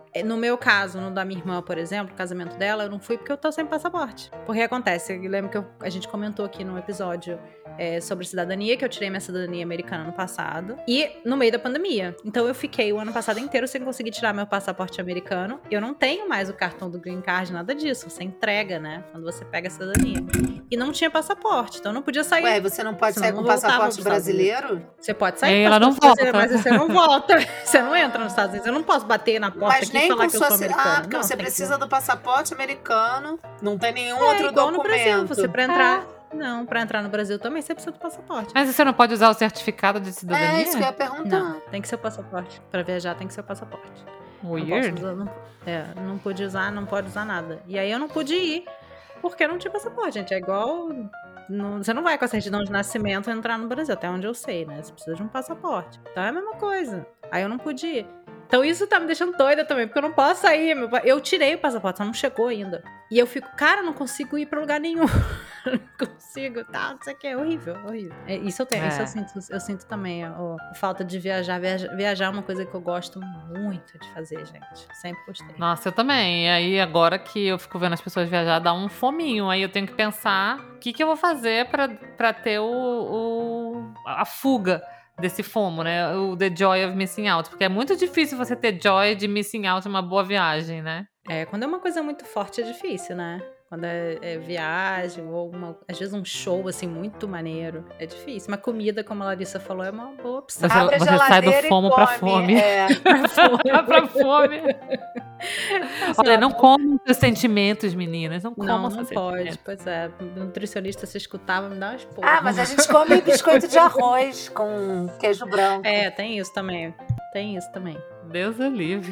no meu caso, no da minha irmã, por exemplo, o casamento dela, eu não fui porque eu tô sem passaporte. Porque acontece, eu lembro que eu, a gente comentou aqui num episódio é, sobre cidadania, que eu tirei minha cidadania americana no passado, e no meio da pandemia. Então eu fiquei o ano passado inteiro sem conseguir tirar meu passaporte americano. Eu não tenho mais o cartão do Green Card, nada disso. Você entrega, né? Quando você pega a cidadania. E não tinha passaporte, então eu não podia sair. Ué, você não pode Senão sair eu com não voltava passaporte pros Estados brasileiro? Você pode sair E com ela não passaporte volta. brasileiro, mas você não volta. Você não entra nos Estados Unidos. Eu não posso bater na porta Mas aqui e nem falar com que eu sua... sou americana. Ah, porque não, você tem precisa que... do passaporte americano, não tem nenhum É, outro igual documento. no Brasil, você pra entrar... Não, pra entrar no Brasil também você precisa do passaporte. Mas você não pode usar o certificado de cidadania? É, isso que eu ia perguntar. Não, tem que ser o passaporte. Pra viajar tem que ser o passaporte. Weird. Não posso usar, não, é, não pude usar, não pode usar nada. E aí eu não pude ir, porque eu não tinha passaporte, gente. É igual... Não, você não vai com a certidão de nascimento entrar no Brasil, até onde eu sei, né? Você precisa de um passaporte. Então é a mesma coisa. Aí eu não pude ir. Então isso tá me deixando doida também, porque eu não posso sair. Meu... Eu tirei o passaporte, só não chegou ainda. E eu fico, cara, não consigo ir pra lugar nenhum. Não consigo, tá, não sei o que, é horrível, horrível. É, isso eu tenho, É. isso eu sinto, eu sinto também, ó, a falta de viajar. viajar. Viajar é uma coisa que eu gosto muito de fazer, gente. Sempre gostei. Nossa, eu também. E aí, agora que eu fico vendo as pessoas viajar, dá um fominho. Aí eu tenho que pensar o que, que eu vou fazer pra, pra ter o, o, a fuga desse fomo, né? O the joy of missing out. Porque é muito difícil você ter joy de missing out uma boa viagem, né? É, quando é uma coisa muito forte é difícil, né? Quando é, é viagem ou uma, às vezes um show assim muito maneiro, é difícil. Mas comida, como a Larissa falou, é uma boa opção. Você, Abre a você sai do geladeira e fomo pra come, fome. É. pra fome. Olha, não comam seus sentimentos, meninas. Não comam Não, seus não pode. sentimentos. Pois é, o nutricionista se escutava, me dá umas porra. Ah, mas a gente come biscoito de arroz com queijo branco. É, tem isso também. Tem isso também. Deus é livre.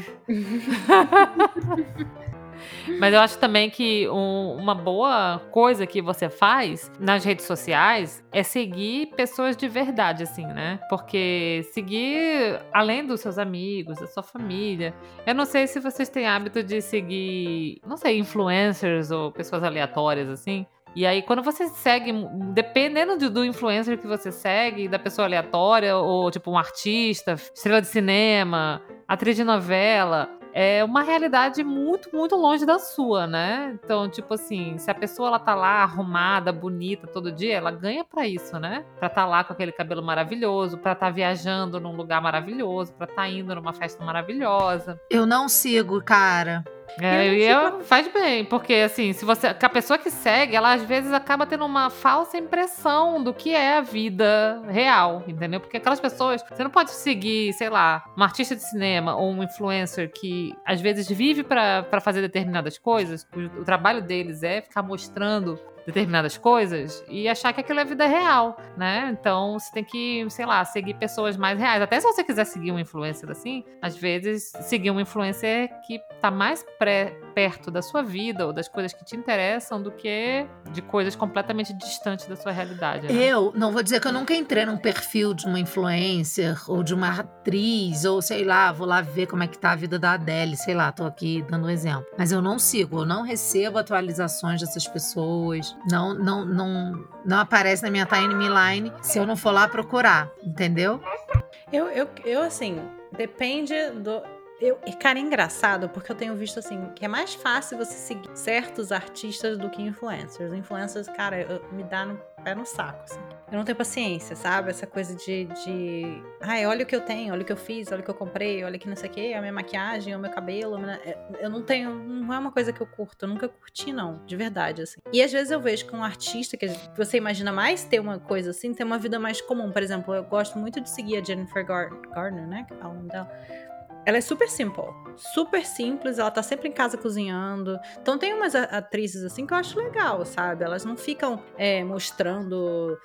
Mas eu acho também que um- uma boa coisa que você faz nas redes sociais é seguir pessoas de verdade, assim, né? Porque seguir além dos seus amigos, da sua família. Eu não sei se vocês têm hábito de seguir, não sei, influencers ou pessoas aleatórias, assim. E aí, quando você segue, dependendo do, do influencer que você segue, da pessoa aleatória, ou tipo um artista, estrela de cinema, atriz de novela, é uma realidade muito, muito longe da sua, né? Então, tipo assim, se a pessoa ela tá lá arrumada, bonita todo dia, ela ganha pra isso, né? Pra tá lá com aquele cabelo maravilhoso, pra tá viajando num lugar maravilhoso, pra tá indo numa festa maravilhosa. Eu não sigo, cara. É, Eu e não eu- faz bem, porque assim, se você, a pessoa que segue, ela às vezes acaba tendo uma falsa impressão do que é a vida real, entendeu? Porque aquelas pessoas, você não pode seguir, sei lá, um artista de cinema ou um influencer que às vezes vive pra pra fazer determinadas coisas, o, o trabalho deles é ficar mostrando determinadas coisas e achar que aquilo é vida real, né? Então você tem que, sei lá, seguir pessoas mais reais. Até se você quiser seguir um influencer assim, às vezes seguir um influencer que tá mais pré, perto da sua vida ou das coisas que te interessam do que de coisas completamente distantes da sua realidade, né? Eu não vou dizer que eu nunca entrei num perfil de uma influencer ou de uma atriz, ou sei lá, vou lá ver como é que tá a vida da Adele, sei lá, tô aqui dando um exemplo. Mas eu não sigo, eu não recebo atualizações dessas pessoas, não, não, não, não aparece na minha timeline se eu não for lá procurar, entendeu? Eu, eu, eu assim, depende do... Eu, e, cara, é engraçado, porque eu tenho visto, assim, que é mais fácil você seguir certos artistas do que influencers. Influencers, cara, eu, me dá no pé no saco, assim. Eu não tenho paciência, sabe? Essa coisa de, de... Ai, olha o que eu tenho, olha o que eu fiz, olha o que eu comprei, olha que não sei o que, a minha maquiagem, o meu cabelo. A minha... Eu não tenho... Não é uma coisa que eu curto. Eu nunca curti, não. De verdade, assim. E às vezes eu vejo que um artista que você imagina mais ter uma coisa assim, ter uma vida mais comum. Por exemplo, eu gosto muito de seguir a Jennifer Gar- Garner, né? Que é o nome dela. Ela é super simple, super simples, ela tá sempre em casa cozinhando. Então tem umas atrizes assim que eu acho legal, sabe? Elas não ficam é, mostrando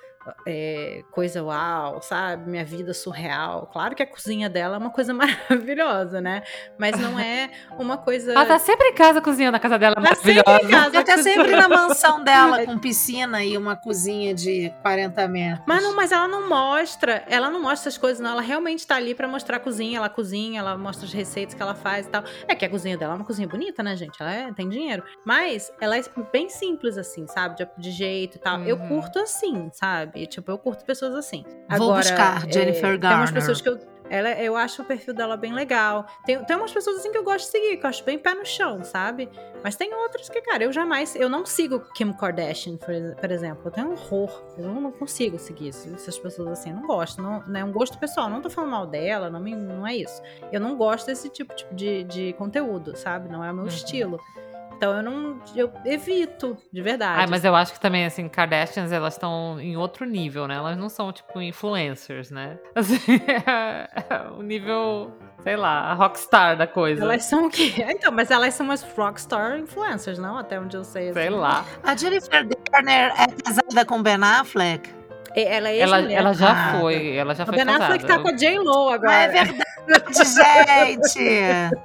é, coisa uau, sabe? Minha vida surreal. Claro que a cozinha dela é uma coisa maravilhosa, né? Mas não é uma coisa... Ela tá sempre em casa cozinhando, a casa dela é Tá sempre em maravilhosa. casa Ela tá sempre cozinhando. na mansão dela, com piscina e uma cozinha de quarenta metros. Mas, não, mas ela não mostra, ela não mostra as coisas, não. Ela realmente tá ali pra mostrar a cozinha, ela cozinha, ela mostra as receitas que ela faz e tal. É que a cozinha dela é uma cozinha bonita, né, gente? Ela é, tem dinheiro. Mas ela é bem simples, assim, sabe? De, de jeito e tal. Uhum. Eu curto assim, sabe? Tipo, eu curto pessoas assim. Vou Agora, buscar Jennifer é, Tem umas Garner. pessoas que eu... Ela, eu acho o perfil dela bem legal. Tem, tem umas pessoas assim que eu gosto de seguir, que eu acho bem pé no chão, sabe? Mas tem outras que, cara, eu jamais... Eu não sigo Kim Kardashian, por, por exemplo. Eu tenho um horror. Eu não, não consigo seguir essas pessoas assim. Eu não gosto. Não, não é um gosto pessoal. Não tô falando mal dela, não, me, não é isso. Eu não gosto desse tipo, tipo de, de conteúdo, sabe? Não é o meu uhum. estilo. Então eu não... Eu evito, de verdade. Ah, mas eu acho que também, assim, Kardashians, elas estão em outro nível, né? Elas não são, tipo, influencers, né? Assim, é o nível, sei lá, a rockstar da coisa. Elas são o quê? Então, mas elas são umas rockstar influencers, não? Até onde eu sei. Assim. Sei lá. A Jennifer Garner é casada com Ben Affleck? Ela é ela, ela já ah, foi, ela já o foi Ben casada. Affleck tá com a J-Lo agora. Ah, é verdade, gente!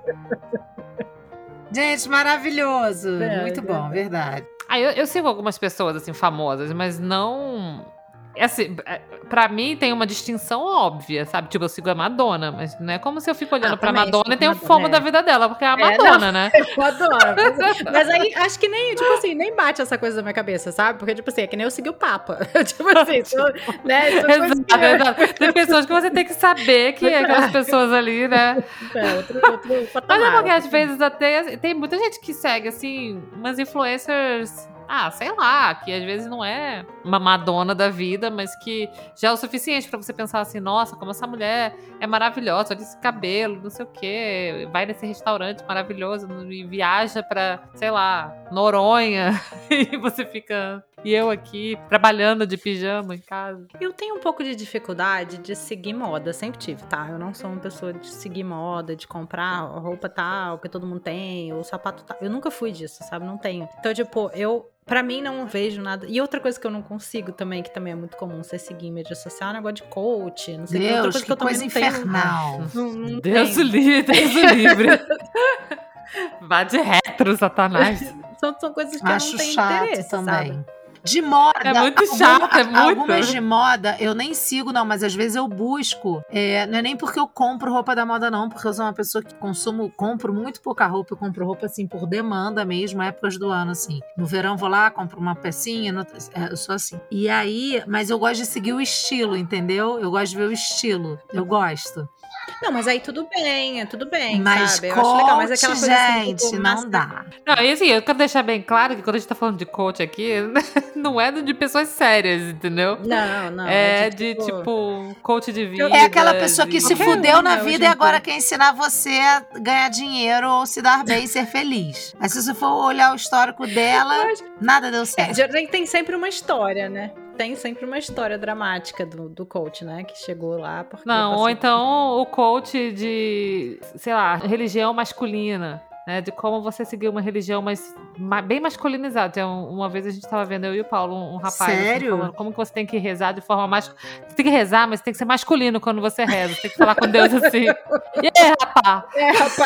Gente, maravilhoso. É, Muito é bom, verdade. Ah, eu, eu sigo algumas pessoas, assim, famosas, mas não... Assim, pra mim tem uma distinção óbvia, sabe? Tipo, eu sigo a Madonna, mas não é como se eu fico olhando ah, pra Madonna e tenho Madonna, fomo é. da vida dela, porque é a Madonna, é, né? Eu adoro. Mas aí, acho que nem, tipo assim, nem bate essa coisa na minha cabeça, sabe? Porque, tipo assim, é que nem eu seguir o Papa. Tipo assim, sou, né? Exato, exato. Tem pessoas que você tem que saber que é aquelas pessoas ali, né? É, outro, outro patamar. Mas é porque às vezes até, tem muita gente que segue, assim, umas influencers... Ah, sei lá, que às vezes não é uma Madonna da vida, mas que já é o suficiente pra você pensar assim, nossa, como essa mulher é maravilhosa, olha esse cabelo, não sei o quê, vai nesse restaurante maravilhoso e viaja pra, sei lá, Noronha, e você fica... E eu aqui, trabalhando de pijama em casa. Eu tenho um pouco de dificuldade de seguir moda, sempre tive, tá? Eu não sou uma pessoa de seguir moda, de comprar roupa tal, que todo mundo tem, ou sapato tal. Eu nunca fui disso, sabe? Não tenho. Então, tipo, eu... Pra mim, não vejo nada. E outra coisa que eu não consigo também, que também é muito comum você seguir em mídia social, é um negócio de coach, não sei o que. Outra coisa que, que eu coisa também infernal. Não, não, não Deus o livre, Deus o livre. Vá de retro, Satanás. São, são coisas que Acho eu não tenho chato interesse, também. sabe? De moda. É muito alguma, chato, é muito. Algumas de moda eu nem sigo, não, mas às vezes eu busco. É, não é nem porque eu compro roupa da moda, não, porque eu sou uma pessoa que consumo, compro muito pouca roupa. Eu compro roupa, assim, por demanda mesmo, épocas do ano, assim. No verão vou lá, compro uma pecinha, no, é, eu sou assim. E aí, mas eu gosto de seguir o estilo, entendeu? Eu gosto de ver o estilo. Eu gosto. Não, mas aí tudo bem, é tudo bem, mas sabe? Eu coach, acho legal, mas aquela coisa gente, assim, tipo, não massa... dá. Não, e assim, eu quero deixar bem claro que quando a gente tá falando de coach aqui, não é de pessoas sérias, entendeu? Não, não. É, é de, de, tipo, coach de vida. É aquela pessoa que de... se fudeu na vida e agora quer ensinar você a ganhar dinheiro ou se dar bem e ser feliz. Mas se você for olhar o histórico dela, mas... nada deu certo. É, tem sempre uma história, né? Tem sempre uma história dramática do, do coach, né? Que chegou lá porque... Não, ou então o coach de, sei lá, religião masculina, né? De como você seguir uma religião mais, bem masculinizada. Uma vez a gente tava vendo, eu e o Paulo, um, um rapaz Sério? Assim, falando como que você tem que rezar de forma mais... Você tem que rezar, mas tem que ser masculino quando você reza. Você tem que falar com Deus assim. E aí, rapá? É, rapá.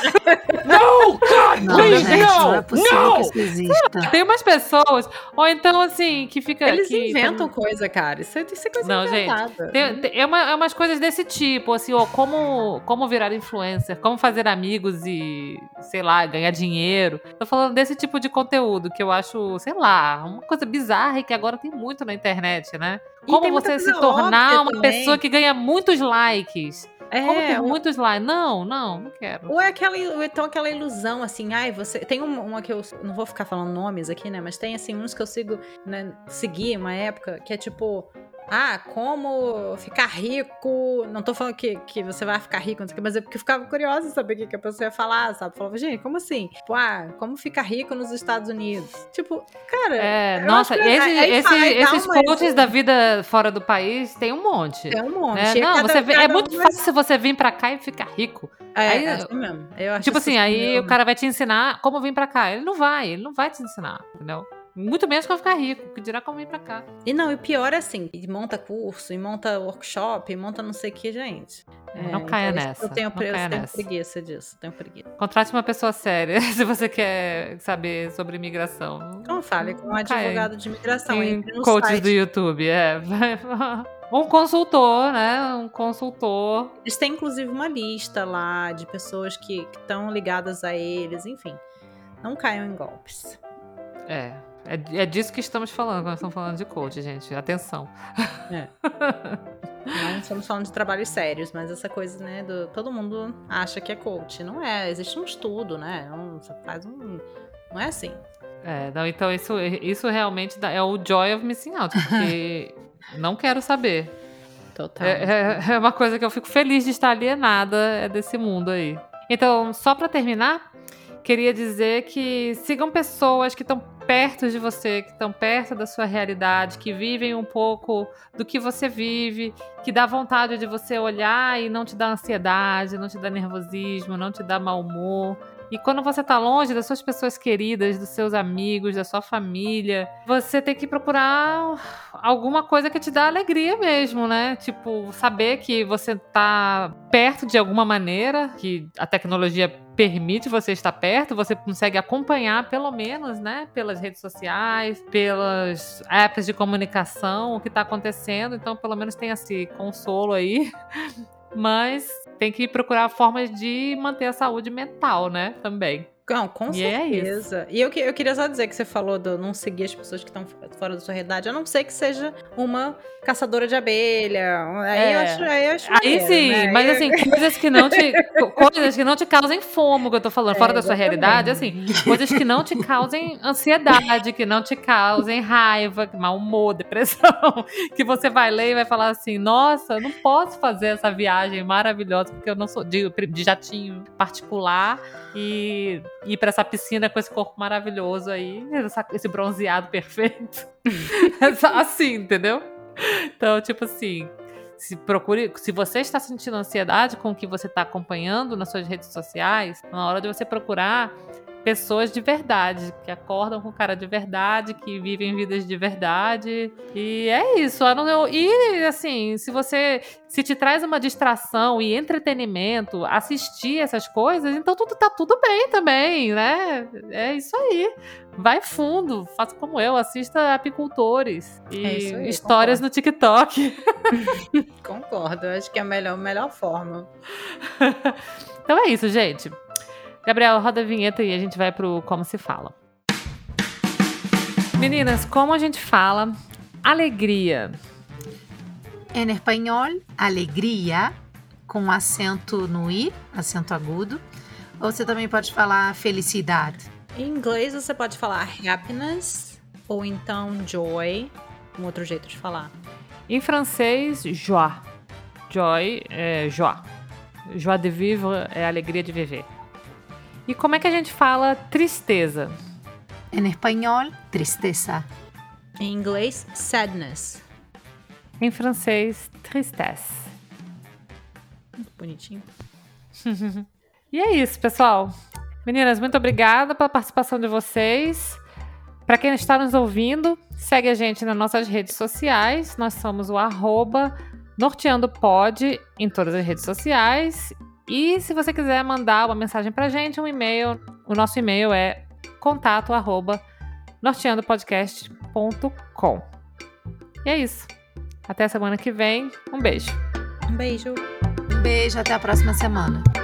Não, God, não, please, gente, não, não é possível não. que isso exista. Tem umas pessoas, ou então assim, que fica... Eles que, inventam tem... coisa, cara. Isso é, isso é coisa não, inventada. Gente, tem, tem, é, uma, é umas coisas desse tipo, assim, ó, como, como virar influencer, como fazer amigos e, sei lá, ganhar dinheiro. Tô falando desse tipo de conteúdo que eu acho, sei lá, uma coisa bizarra e que agora tem muito na internet, né? Como você se tornar uma também. pessoa que ganha muitos likes. É, Como ter o... muitos likes? Não, não, não quero. Ou é aquela, ou então aquela ilusão, assim, ai, você... Tem uma, uma que eu não vou ficar falando nomes aqui, né? Mas tem, assim, uns que eu sigo, né? Segui uma época, que é tipo... Ah, como ficar rico... Não tô falando que, que você vai ficar rico, não sei o que, mas é porque eu ficava curiosa de saber o que, que a pessoa ia falar, sabe? Falava, gente, como assim? Tipo, ah, como ficar rico nos Estados Unidos? Tipo, cara... É, nossa, esse, aí, esse, aí esses uma... coaches da vida fora do país tem um monte. Tem um monte. Né? Não, cada, você vê, é muito uma... fácil você vir pra cá e ficar rico. É, aí, é assim mesmo. Eu acho tipo assim, aí mesmo. o cara vai te ensinar como vir pra cá. Ele não vai, ele não vai te ensinar, entendeu? Muito menos como ficar rico, que dirá como vir pra cá. E não, e o pior é assim, monta curso, e monta workshop, e monta não sei o que, gente. É, não caia então, nessa. Eu tenho, não eu caia tenho nessa. preguiça disso, tenho preguiça. Contrate uma pessoa séria, se você quer saber sobre imigração. Então fale com um advogado de imigração. Em coaches do YouTube, é. Um consultor, né? Um consultor. Eles têm, inclusive, uma lista lá de pessoas que estão ligadas a eles, enfim. Não caiam em golpes. É. É, é disso que estamos falando quando estamos falando de coach, gente. Atenção. É. Não estamos falando de trabalhos sérios, mas essa coisa, né, do todo mundo acha que é coach. Não é, existe um estudo, né? Um, você faz um... Não é assim. É, não, então isso, isso realmente dá- é o joy of missing out, porque não quero saber. Total. É, é, é uma coisa que eu fico feliz de estar alienada é desse mundo aí. Então, só pra terminar, queria dizer que sigam pessoas que estão perto de você, que estão perto da sua realidade, que vivem um pouco do que você vive, que dá vontade de você olhar e não te dá ansiedade, não te dá nervosismo, não te dá mau humor. E quando você tá longe das suas pessoas queridas, dos seus amigos, da sua família, você tem que procurar alguma coisa que te dá alegria mesmo, né? Tipo, saber que você tá perto de alguma maneira, que a tecnologia permite você estar perto, você consegue acompanhar pelo menos, né? Pelas redes sociais, pelas apps de comunicação, o que tá acontecendo. Então, pelo menos tem esse consolo aí. Mas tem que procurar formas de manter a saúde mental, né? Também. Não, com E é certeza. E eu, que- eu queria só dizer que você falou do não seguir as pessoas que estão fora da sua realidade, a não ser que seja uma caçadora de abelha. Aí eu É. acho, aí eu acho Aí maneiro, sim, né? mas Aí- assim, coisas que não te coisas que não te causem fomo, que eu tô falando, fora É, da sua realidade, assim, coisas que não te causem ansiedade, que não te causem raiva, mau humor, depressão, que você vai ler e vai falar assim, nossa, eu não posso fazer essa viagem maravilhosa, porque eu não sou de, de jatinho particular e ir pra essa piscina com esse corpo maravilhoso aí, essa- esse bronzeado perfeito. Assim, entendeu? Então, tipo assim, se procure, se você está sentindo ansiedade com o que você está acompanhando nas suas redes sociais, na hora de você procurar pessoas de verdade, que acordam com cara de verdade, que vivem vidas de verdade. E é isso. Eu não- E assim, se você se te traz uma distração e entretenimento, assistir essas coisas, então tudo tá tudo bem também, né? É isso aí. Vai fundo, faça como eu, assista apicultores e É isso aí, histórias concordo. no TikTok. Concordo, eu acho que é a melhor, melhor forma. Então é isso, gente. Gabriel, roda a vinheta e a gente vai pro Como Se Fala. Meninas, como a gente fala alegria? En espanhol, alegria, com acento no i, acento agudo. Ou você também pode falar felicidade. Em inglês você pode falar happiness ou então joy, um outro jeito de falar. Em francês, joie. Joy é joie. Joie de vivre é alegria de viver. E como é que a gente fala tristeza? En espanhol, tristeza. Em inglês, sadness. Em francês, tristesse. Muito bonitinho. E é isso, pessoal. Meninas, muito obrigada pela participação de vocês. Para quem está nos ouvindo, segue a gente nas nossas redes sociais. Nós somos o arroba norteandopod em todas as redes sociais. E se você quiser mandar uma mensagem pra gente, um e-mail, o nosso e-mail é contato arroba norteandopodcast ponto com. E é isso. Até a semana que vem. Um beijo. Um beijo. Um beijo, até a próxima semana.